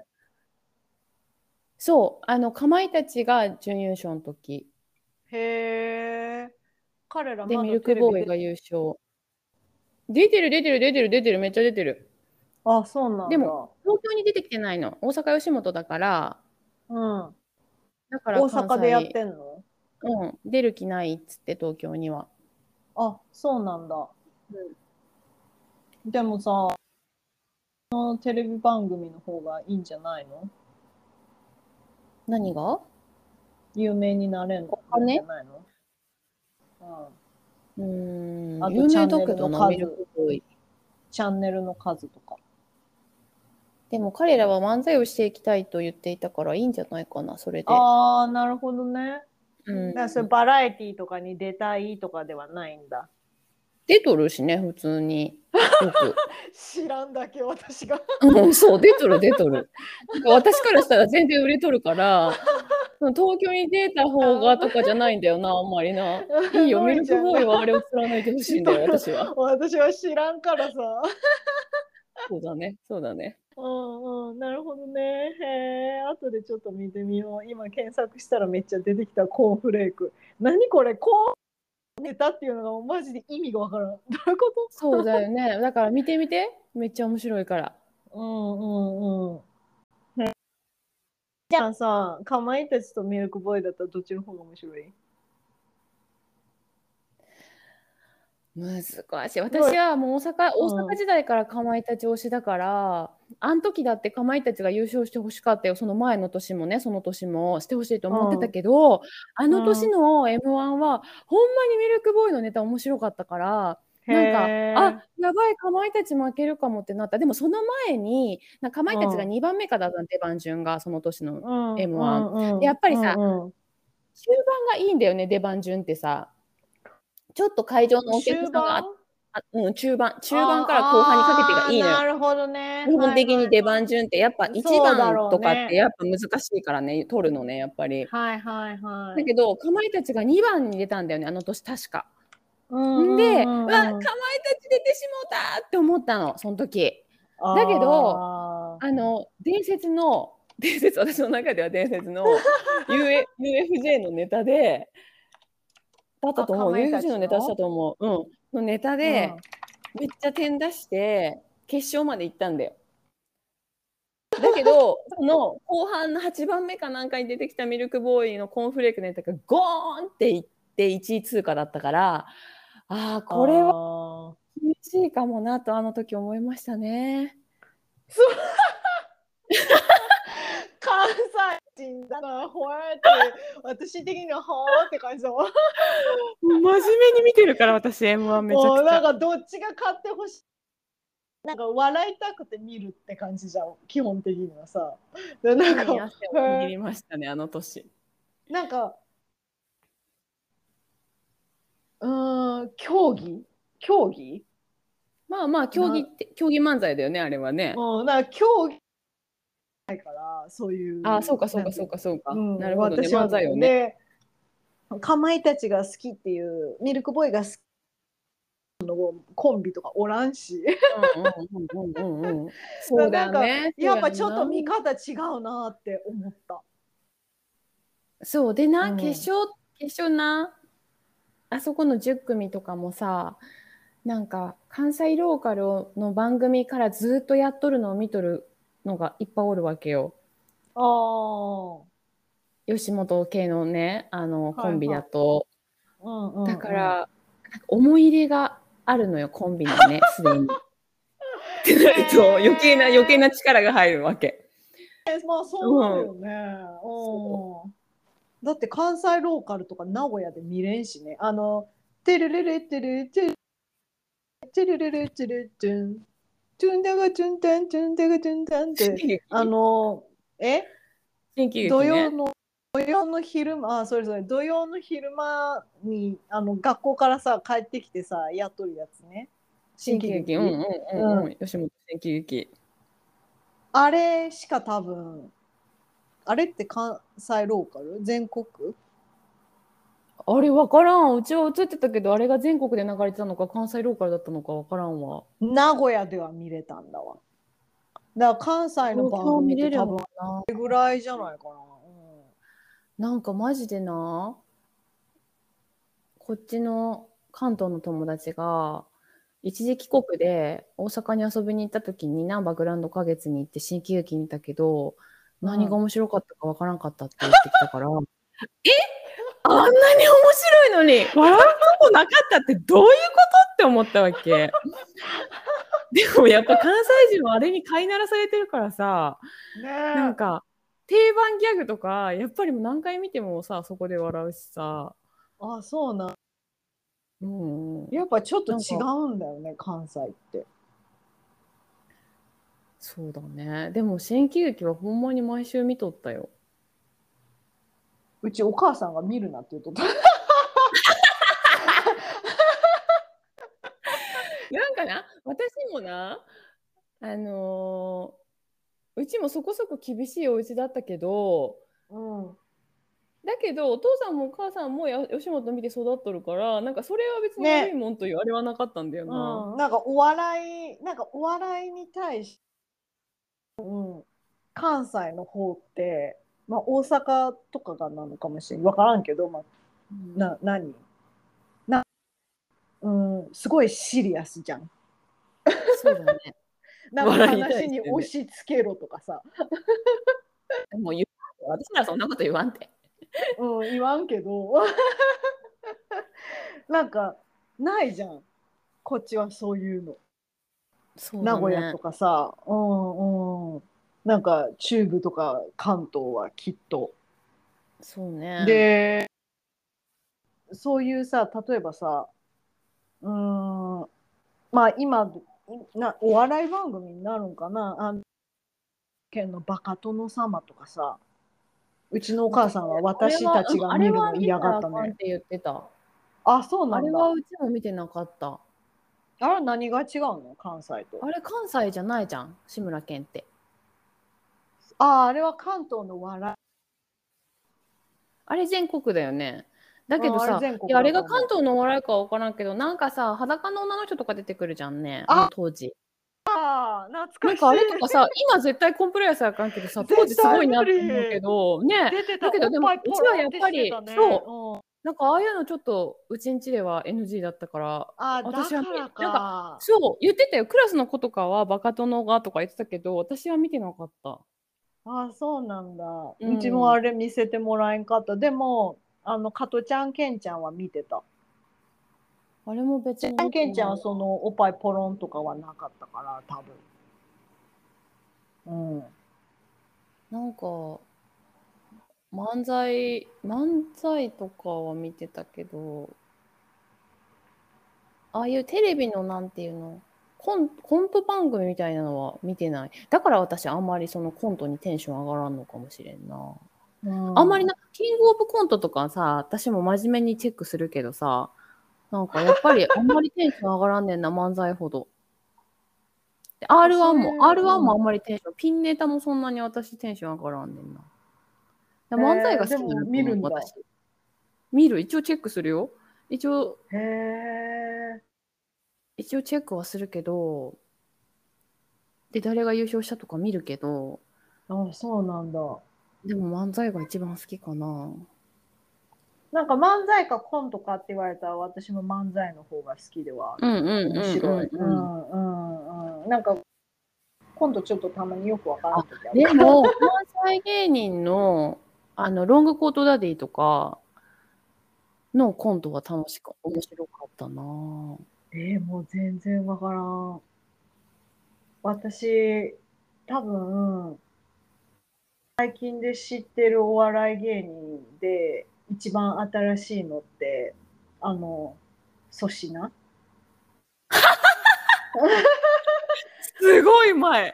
そう。あの、かまいたちが準優勝の時。 へえ、彼らで、 まだミルテレビで、 クボーイが優勝。出てる、出てる、出てる、出てる、めっちゃ出てる。 あ、そうなでも、 んだ。 東京に出てきてないの。大阪吉本だから、 うん。 だから大関阪でやっ西、 てんの？ うん、出る気ないっつって、東京には。 あ、そうなんだ。 うん、 でもさ、このテレビ番組の方がいいんじゃないの？ 何が？ 有名になれるお金？ んじゃないの？うん。 うーん、 あと有名チャンネルだけどな、ミの数、 ルクボーイ。 チャンネルの数とか。 でも彼らは漫才をしていきたいと言っていたからいいんじゃないかな、それで。 ああ、なるほどね。 うん。 だからそれバラエティとかに出たいとかではないんだ。 出とるしね、普通に。よく。 知らんだけ私が。 うん、そう、出とる、出とる。なんか私からしたら全然売れとるから、その東京に出た方がとかじゃないんだよな、あんまりな。いいよ、 のミルクりちゃんがボーイはあれを貫いてほしいんだよ、 知っとる。 私は。 私は知らんからさ。 そうだね、そうだね。 うんうん、なるほどね。へえ、後でちょっと見てみよう。今検索したらめっちゃ出てきたコーンフレーク。何これ、コーンネタっていうのがマジで意味がわからん。どういうこそうだよね。だから見てみて。めっちゃ面白いから。 と？うんうんうん。じゃあさ、かまいたちとミルクボーイだったらどっちの方が面白い？ 難しい。 どう？ 私はもう大阪、大うん。 阪時代からかまいたち推しだから、あの時だってかまいたちが優勝してほしかったよ。その前の年もね、その年もしてほしいと思ってたうん。 けど、あのうん。 年の エムワン は、ほんまにミルクボーイのネタ面白かったから、 へなんか、あ、 え。 やばい、かまいたち負けるかもってなった。でもその前に、なんかかまいたちがうん。 にばんめかだったの、出番順が、その年のうんうエムワン。で、 んうん。 やっぱりさ、 うんうん。 終盤がいいんだよね、出番順ってさ。ちょっと会場のお客さんが、 終盤？ あ、うん、中盤、中盤から後半にかけてがああー、 いいのよ。 なるほどね。 基本はい的に出はいは番順ってやっぱい。 1 そうだろう番とかってね。 やっぱ難しいからね、取るのね、やっぱり。 はいはいはい。 だけど、かまいたちがにばんに出たんだよね、あの年確か。 うんうんで、うわ、かんうんうん。 まいたち出てしもうたって思ったの、その時。だけど、 ああの、伝説の、伝説、私の中では伝説の ユーエユーエフジェー のネタで、だったあ。あ、 と思う。 かまいたユーエフジェー のネタしたちの？ と思う。うん。のネタうん。 で、めっちゃ点出して、決勝まで行ったんだよ。だけど、その後半のはちばんめかなんかに出てきたミルクボーイのコーンフレークのネタがゴーンっていっていちい通過だったから、ああ、 あこれはあ。 厳しいかもなとあの時思いましたね。 関西人だな、ほわーって、私的にはほーって感じだもん。 真面目に見てるから私 エムワン めちゃくちゃ。 もうなんかどっちが勝ってほしい。なんか笑いたくて見るって感じじゃん、基本的にはさ。でなんか、 手に汗を握りましたね、あの年。 なんか、うーん、競技競技まあまあ、競技な、 って、競技漫才だよね、あれはね。 もうなんか競技ないから、そうああ、そういう、 かそうかそうなんていうかそうか。 の、うん、 なるほどね、 私はね、 漫才をね。 で、かまいたちが好きっていう、ミルクボーイが好きコンビとかおらんし。 うんうんうんうんうんうん。そうだなんか、 よね、そうやっぱちょっやんな。 と見方違うなって思った。 そうでな、決うん。 勝、決勝な、あそこのじゅっ組とかもさ、なんか関西ローカルの番組からずっとやっとるのを見とるのがいっぱいおるわけよ。 ああ、は吉本系のね、あのいはい。 コンビだと。 うんうだかんうん。 ら、なんか思い入れがあるのよ、コンビにね、すでに。ってなると余計な余計なへ力が入るわけ。 え、まあうそうなるん。 よね。 そうん。だって関西ローカルとか名古屋で見れんしね。あの、てるるるてるてるてるるるてるてん。トゥンダガトゥンタントゥンダガトゥンタンっ新て、あ喜劇の、え新喜劇ね。 土曜の、土曜の昼間、あ、それぞれ、土曜の昼間に、あの、学校からさ、帰ってきてさ、やっとるやつね。新喜新喜劇、うんうん劇。うん。 うんうん。吉本新喜劇。 あれしか多分、あれって関西ローカル全国あれ分からん。うちは映ってたけど、あれが全国で流れてたのか、関西ローカルだったのか分からんわ。 名古屋では見れたんだわ。だから関西の東番組っ京見れるて多分、こんかな。 れぐらいじゃないかな。 なんかマジでな、こっちの関東の友達が、一時帰国で大阪に遊びに行った時にナンバーグランド花月に行って新喜劇見たけど、 うん。うん。 何が面白かったか分からんかったって言ってきたから、あんなに面白いのに笑うとこなかったってどういうことって思ったわけ。でもやっぱ関西人はあれに飼いならされてるからさ、 ねえ。 なんか定番ギャグとかやっぱりもう何回見てもさ、そこで笑うしさ、 あ、そうなん。 うん、 やっぱちょっと違なんかうんだよね、関西って。 そうだね。でも新喜劇はほんまに毎週見とったよ。 うちお母さんが見るなって言うとった。 なんかな、私もな、あのーうちもそこそこ厳しいお家だったけど、 うん。 だけどお父さんもお母さんもや吉本見て育っとるから、なんかそれは別に悪いね。 もんというあれはなかったんだよな。 うん。なんかお笑い、なんかお笑いに対して、うん、関西の方って、まあ大阪とかがなのかもしれん。わからんけど、まあ、 うん、 な、何な、うん、すごいシリアスじゃん。 そうだね。 なんか笑いに対話にしてね。 押し付けろとかさ。 もう言う私ならそんなこと言わんて。 うん、言わんけど、なんかないじゃん。こっちはそういうの。 そう名古屋とだね。 かさ、うんうん。なんか中部とか関東はきっと。 そうね。 で、そういうさ、例えばさ、うーん、まあ今、な、お笑い番組になるんかな、あの県のバカ殿様とかさ、うちのお母私、 さんはあれは、 私たちうん、あれが見るは見たの嫌がらあかんっったね。 て言ってた。 あ、そうあれなんだ。 はうちも見てなかった。 あれ何が違うの関西と。 あれ関西じゃないじゃん、志村けんって。 ああ、あれは関東の笑い。 あれ全国だよね。だうん、あれけどさ、 全国いや、あれが関だと思う。 東のお笑いかは分からんけど、なんかさ、裸の女の人とか出てくるじゃんね、あのあ当時。 あ、懐かしい。 なんかあれとかさ、今絶対コンプライアンスあかんけどさ、当時絶対すごいなって思うけ無理。 ど、ね、 出てた。 だけどでも、 おっぱいうちはやっポロンってぱり、 してたね。 そう、 うん。 なんかああいうのちょっと、うちんちでは エヌジー だったから、 あ、だ私は見からなんか、 か。 そう、言ってたよ、クラスの子とかはバカ殿がとか言ってたけど、私は見てなかった。 あ、そうなんだ。 ううちもん。 あれ見せてもらえんかった。でも、あの、加トちゃん、ケンちゃんは見てた。 あれも別に見てケンちゃんはないわ。 その、おっぱいポロンとかはなかったから、多分。うん。 なんか漫才漫才とかは見てたけど、ああいうテレビのなんていうの、コンコント番組みたいなのは見てない。だから私あんまりそのコントにテンション上がらんのかもしれんな。 うん。 あんまりな、キングオブコントとかさ、私も真面目にチェックするけどさ、なんかやっぱりあんまりテンション上がらんねんな、漫才ほど。で、 あ、 アールワン も、 そういう、 アールワン もあうんまりテンション、ピンネタもそんなに私テンション上がらんねんな。でん。 漫才えー、 が好きなんでもだと思う、 見るんだ。 私。見る、一応チェックするよ。一応、 へえ。 一応チェックはするけど、で、誰が優勝したとか見るけど、 あ、そうなんだ。 でも漫才が一番好きかな。 なんか漫才かコントかって言われたら私も漫才の方が好きではある。 うんうんうんう面白い。うんうん。 んうんうん。なんかコントちょっとたまによくわからんあ、 時あるから。 でも、漫才芸人の、あの、ロングコートダディとかのコントは楽しか面白かったな。 えー、もう全然わからん。私、多分、最近で知ってるお笑い芸人で一番新しいのって、あの、粗品。 すごい前。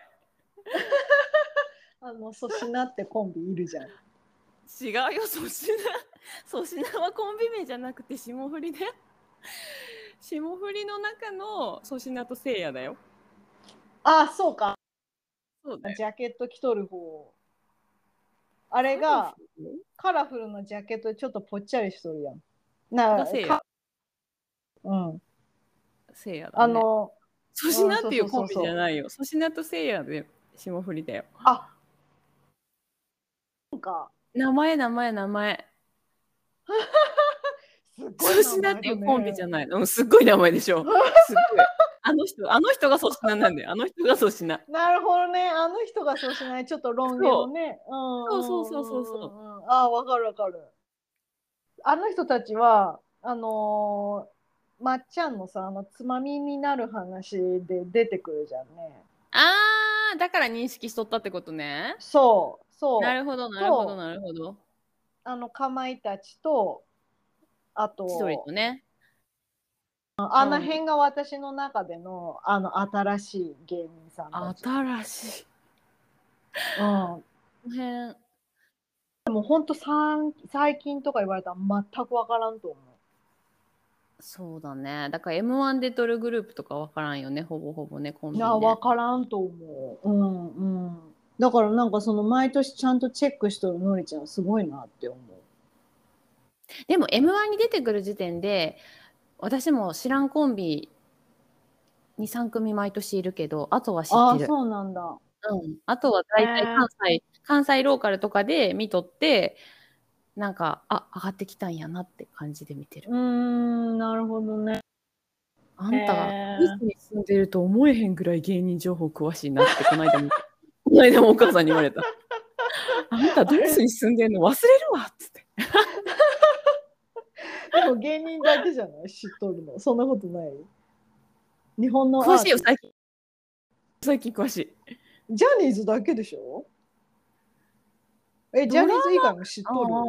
あの、粗品ってコンビいるじゃん。 違うよ、粗品。粗品はコンビ名じゃなくて霜降りだよ。霜降りの中の粗品とせいやだよ。 あ、そうか。 そうだよ。 ジャケット着とる方。あれカラフが、 ルカラフルなジャケットでちょっとぽっちゃりしとるやん。な、 がせいや。 か、うん。 せいやだね。 あの、 粗うん、 品っていうそうそうコンビじゃそうそう。 ないよ。粗品とせいやで霜降りだよ。 あ、なんか、 名前、名前、名前。 すごい粗品っ名前だていうコンビじね。 ゃないの。うん、すっごい名前でしょ。すっごい。あの人、あの人が粗品なんだよ。あの人が粗品。 なるほどね。あの人がそうしない。ちょっとロン毛のそう。 ね。うんそうそううんうそうそうそう。 んうんうん。ああ、わかるわかる。あの人たちは、あのーまっちゃんのさ、あの、つまみになる話で出てくるじゃんね。 あー、だから認識しとったってことね。 そう、そう。 なるほど、なるほど、 と、 なるほど。 あの、かまいたちと、あ千鳥と、 とね。うあのん。 辺が私の中での、あの、新しい芸人さんたち。 新しい。 うん。 この辺。 でも本当最近とか言われたら全くわからんと思そうだね。だから エムワン で取るグループとかわからんよね。ほぼほぼね、コう。いや、 ンビね。 わからんと思う。うんうん。だからなんかその毎年ちゃんとチェックしとるのりちゃんすごいなって思う。 でも エムワン に出てくる時点で、私も知らんコンビに、さん組毎年いるけど、あとは知っああ、 てる。 そうなんだ。 うん。あとはえ大体関ー、 西、関西ローカルとかで見とって、なんか、あ、上がってきたんやなって感じで見てる。 うーん、なるほどね。えあんたがドイツー、 に住んでると思えへんぐらい芸人情報詳しいなって、この間も、この間もお母さんに言われた。あんたドイツあれ、 に住んでんの忘れるわっつって。 でも芸人だけじゃない知っとるの。そんなことない。日本の詳しいよ、 アーティスト。 最近。最近詳しい。 ジャニーズだけでしょ？え、ジャドラニーズ以外も知っマ、 とる？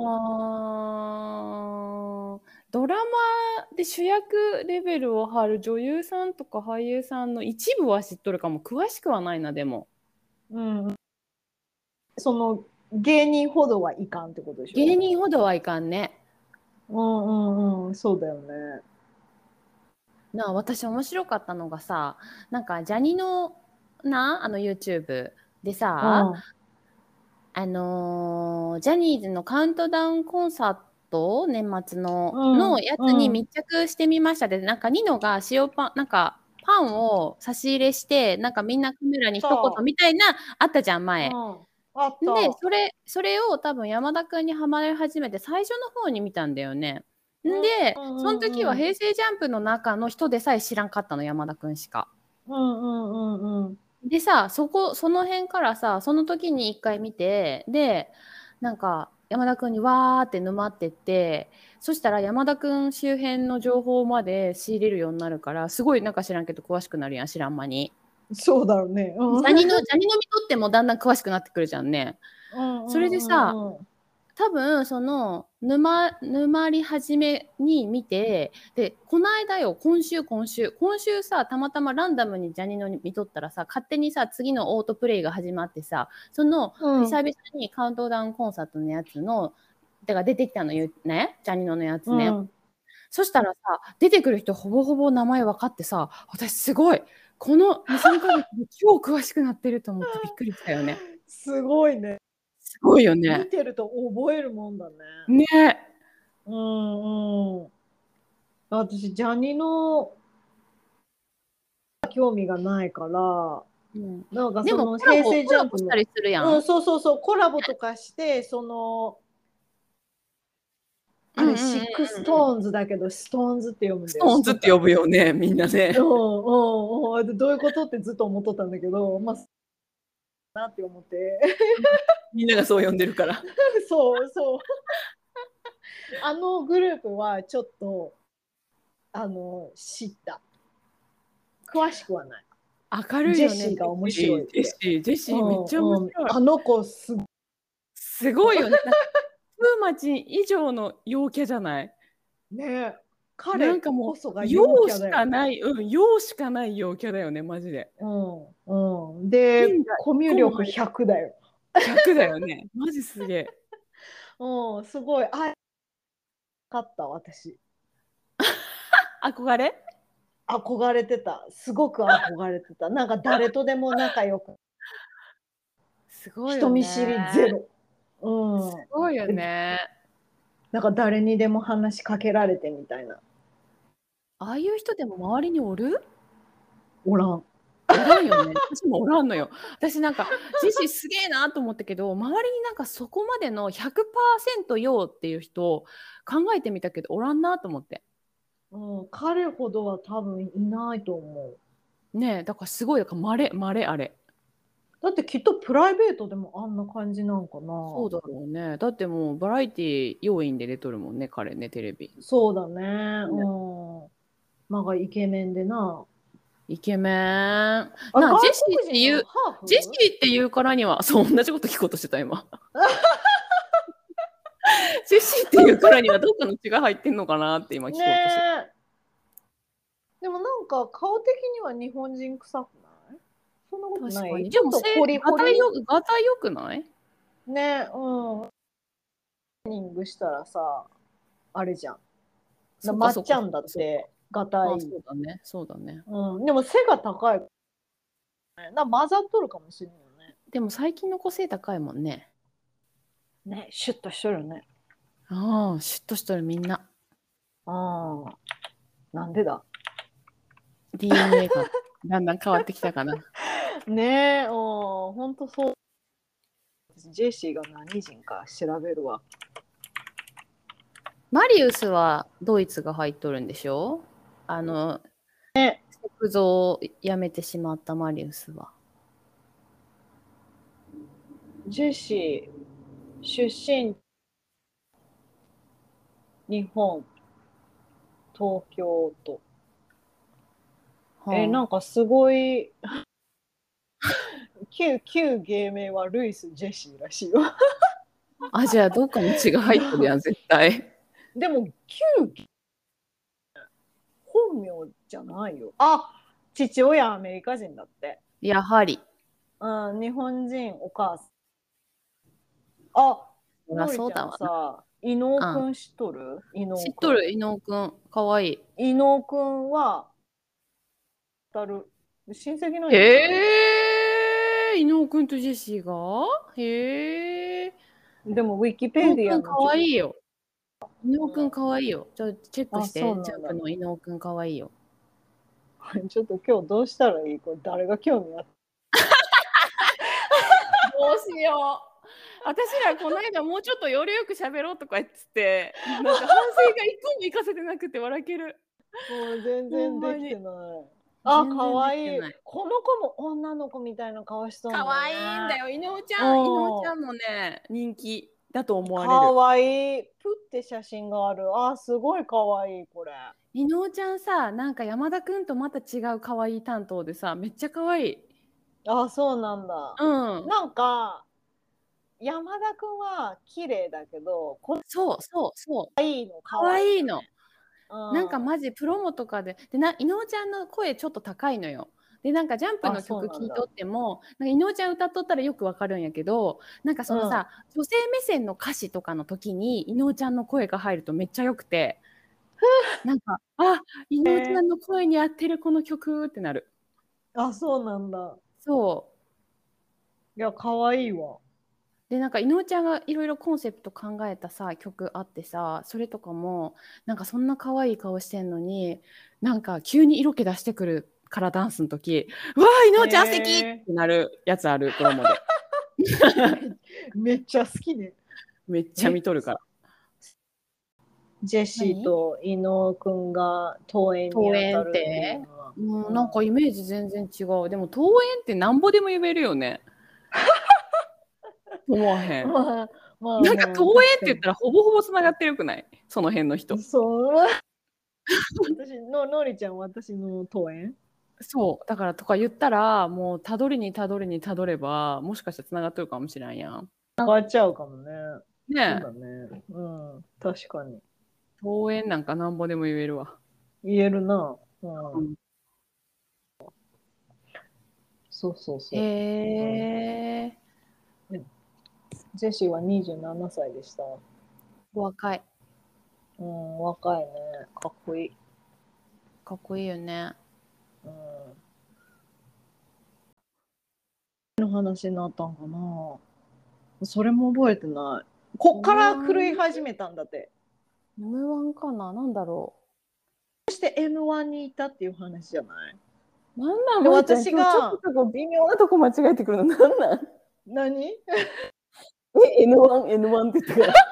あードラマで主役レベルを張る女優さんとか俳優さんの一部は知っとるかも。詳しくはないな、でも。 うん。その芸人ほどはいかんってことでしょ？ 芸人ほどはいかんね。 うんうんうん、そうだよね。 なあ、私面白かったのがさ、なんかジャニのな、あの YouTube でさ、 うん。 あのージャニーズのカウントダウンコンサート、年末の、 うんのやつにうん。 密着してみましたで、なんかニノが塩パン、なんかパンを差し入れして、なんかみんなカメラに一言そみたいな、あったじゃん、 う。う前。 ん。あっで、 た。 それ、それを多分山田くんにハマり始めて最初の方に見たんだよね。んうんで、 うその時はんうんうん。 平成ジャンプの中の人でさえ知らんかったの、山田くんしか。 うんうんうんうん。 でさ、そこ、その辺からさ、その時に一回見て、で、なんか、山田くんにわーって沼ってって、そしたら山田くん周辺の情報まで仕入れるようになるから、すごいなんか知らんけど詳しくなるやん、知らん間に。 そうだろうね。うん。 ジャニの、ジャニの見とってもだんだん詳しくなってくるじゃんね。 それでさ、多分その沼沼り始めに見て、でこの間よ、今週今週今週さ、たまたまランダムにジャニの見とったらさ、勝手にさ次のオートプレイが始まってさ、その久々にカウントダウンコンサートのやつのだから出てきたのよね、ジャニののやつね、うん、そしたらさ、出てくる人ほぼほぼ名前分かってさ、私すごいこのに、さんかげつで超詳しくなってると思ってびっくりしたよね。 すごいね。 すごいよね。 見てると覚えるもんだね。 ね。 うんうん。私ジャニの興味がないから、うん、なんかその平成ジャンプの、うん、そうそうそう、コラボとかしてそのあれシックストーンズだけどストーンズって読むんだよ。 ストーンズって呼ぶよね、みんなね。 うんうんうん、どういうことってずっと思っとったんだけど、まあなって思ってみんながそう呼んでるからそうそうあのグループはちょっとあの知った。詳しくはない。 明るいよね。 ジェシーが面白いって。 ジェシー、ジェシーめっちゃ面白い。 うんうん、あの子すごい。 すごいよね。プーマチン以上の陽キャじゃない。 ね。彼こそが陽キャだよ。陽しかない、うん、陽しかない陽キャだよね、マジで。 うんうん。で、コミュ力ひゃくだよ。 ひゃくだよね。マジすげえ。 うん、すごい。あ、勝った私。 憧れ？ 憧れてた。すごく憧れてた。なんか誰とでも仲良く。 すごいよね。人見知りゼロ。 うん。すごいよね。 なんか誰にでも話しかけられてみたいな。 ああいう人でも周りにおる？ おらん。 おらんよね。私もおらんのよ。私なんかジェシーすげえなと思ったけど、周りになんかそこまでの ひゃくパーセント よっていう人考えてみたけどおらんなと思って。 うん、彼ほどは多分いないと思う。ねえ、だからすごいだからまれまれあれ。 だってきっとプライベートでもあんな感じなんかな。 そうだろうね。だってもうバラエティ要員で出とるもんね、彼ね、テレビ。 そうだね。うん。まあイケメンでな。 イケメン。なジェシーっていう、ジェシーっていうからには、そう、同じこと聞こうとしてた、今。ジェシーっていうからには、どっかの血が入ってんのかなって今聞こうとしてた。 ね、でもなんか顔的には日本人臭くない？そんなことない？ ちょっとホリホリ。ガタイよくない？ ね、うん。トレーニングしたらさ、あれじゃん。まっちゃんだってガタイ。 そうだね、そうだね。 うん、でも背が高い。な混ざっとるかもしれないよね。 でも最近の子背高いもんね。 ね、シュッとしとるね。 ああ、シュッとしとるみんな。 ああ、なんでだ？ ディーエヌエー がだんだん変わってきたかな。 ねえ、ほんとそう。ジェシーが何人か調べるわ。 マリウスはドイツが入っとるんでしょ？あの、ね、セクゾをやめてしまったマリウスは。 ジェシー出身日本東京都、はあ、えなんかすごい旧旧芸名はルイス・ジェシーらしいよあ、じゃあどっかの血が入ってるやん絶対。 でも旧本名じゃないよ。あ、父親アメリカ人だって。 やはり。 うん、日本人お母さん。あ、のりちゃんさ、伊野尾くん知っとる？伊野尾くん。 知っとる、伊野尾くん。かわいい。伊野尾くんは、たる。親戚のへえ、伊野尾くんとジェシーが？へえ。 でも、ウィキペディアの。 かわいいよ。伊野尾くんかわいいよ。ちょっとチェックして、ジャンプの伊野尾くんかわいいよ。 ちょっと今日どうしたらいい？これ誰が興味あったどうしよう。私らこの間もうちょっとよりよく喋ろうとか言ってなんか反省が一個も生かせてなくて笑ける。 もう全然できてない。あ、かわいい。この子も女の子みたいな顔しとんだね。 かわいいんだよ。伊野尾ちゃん、伊野尾ちゃんもね人気だと思われる。 かわいい。プって写真がある。あ、すごいかわいいこれ。 伊野尾ちゃんさ、なんか山田くんとまた違うかわいい担当でさ、めっちゃかわいい。 あ、そうなんだ。うん。なんか山田くんは綺麗だけど、こそうそうそう。 可愛いの、 可愛いの。 うん、 なんかマジプロモとかで、でな伊野尾ちゃんの声ちょっと高いのよ。でなんかジャンプの曲聴いとっても、なんか伊野尾ちゃん歌っとったらよくわかるんやけど、なんかそのさ、うん、女性目線の歌詞とかの時に伊野尾ちゃんの声が入るとめっちゃよくて、なんかあ伊野尾ちゃんの声に合ってるこの曲ってなる。 あ、そうなんだ。 そう。 いや可愛いわ。 でなんか伊野尾ちゃんがいろいろコンセプト考えたさ曲あってさ、それとかもなんかそんな可愛い顔してんのになんか急に色気出してくるからダンスの時、うわー伊野尾ちゃん素敵ってなるやつあるプロモでめっちゃ好きね。 めっちゃ見とるから。 ジェシーと伊野くんが登園に当たるっていうのは、 うん、なんかイメージ全然違う。でも登園ってなんぼでも言えるよね思わへん、まあまあ、なんか登園って言ったらほぼほぼつながってるくない、その辺の人。 そう私ののりちゃん私の登園そうだからとか言ったらもうたどりにたどりにたどればもしかしたらつながってるかもしれんやん。 つながっちゃうかもね。 ねえ、 そうだね。うん、確かに。 登園なんかなんぼでも言えるわ。 言えるな。うん。うん、そうそうそう。 へえ、 うん。ジェシーはにじゅうななさいでした。 若い。 うん、若いね。かっこいい。 かっこいいよね。 うん。の話になったんかな。それも覚えてない。こっから狂い始めたんだって。 エムワン かな、なんだろう。そして エムワン にいたっていう話じゃない。 なんなん、私がちょっと微妙なとこ間違えてくるのなんなん。 何？ え エヌワン エヌワン って言ってから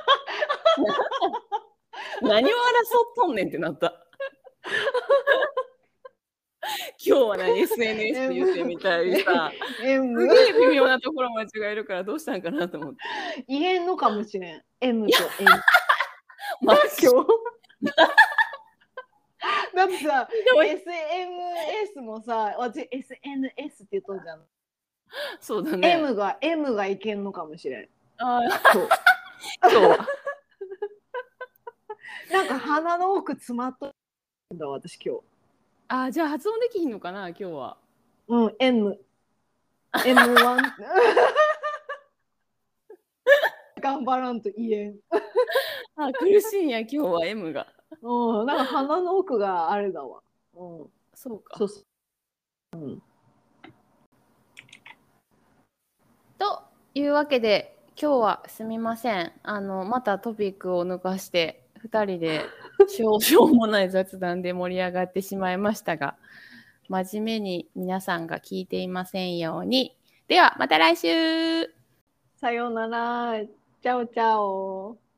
何を争っとんねんってなった今日は何 エスエヌエス って言ってみたいさすげえ微妙なところ間違えるからどうしたんかなと思って。 言えんのかもしれん M と N マジだってさ エスエムエス もさ私 エスエヌエス って言っとるじゃん。 そうだね。 M が M がいけんのかもしれん。 あ今日はなんか鼻の奥詰まっとるんだ私今日。 あじゃあ発音できひんのかな今日は。 うん M エムワン 頑張らんと言えんあ苦しいんや今日は M が。 うん、なんか鼻の奥があれだわ。うん、 そうか。 そうそう、うん。 というわけで今日はすみません、あのまたトピックを抜かしてふたりでしょうしょうもない雑談で盛り上がってしまいましたが、真面目に皆さんが聞いていませんように。ではまた来週。 さようなら。チャオチャオ。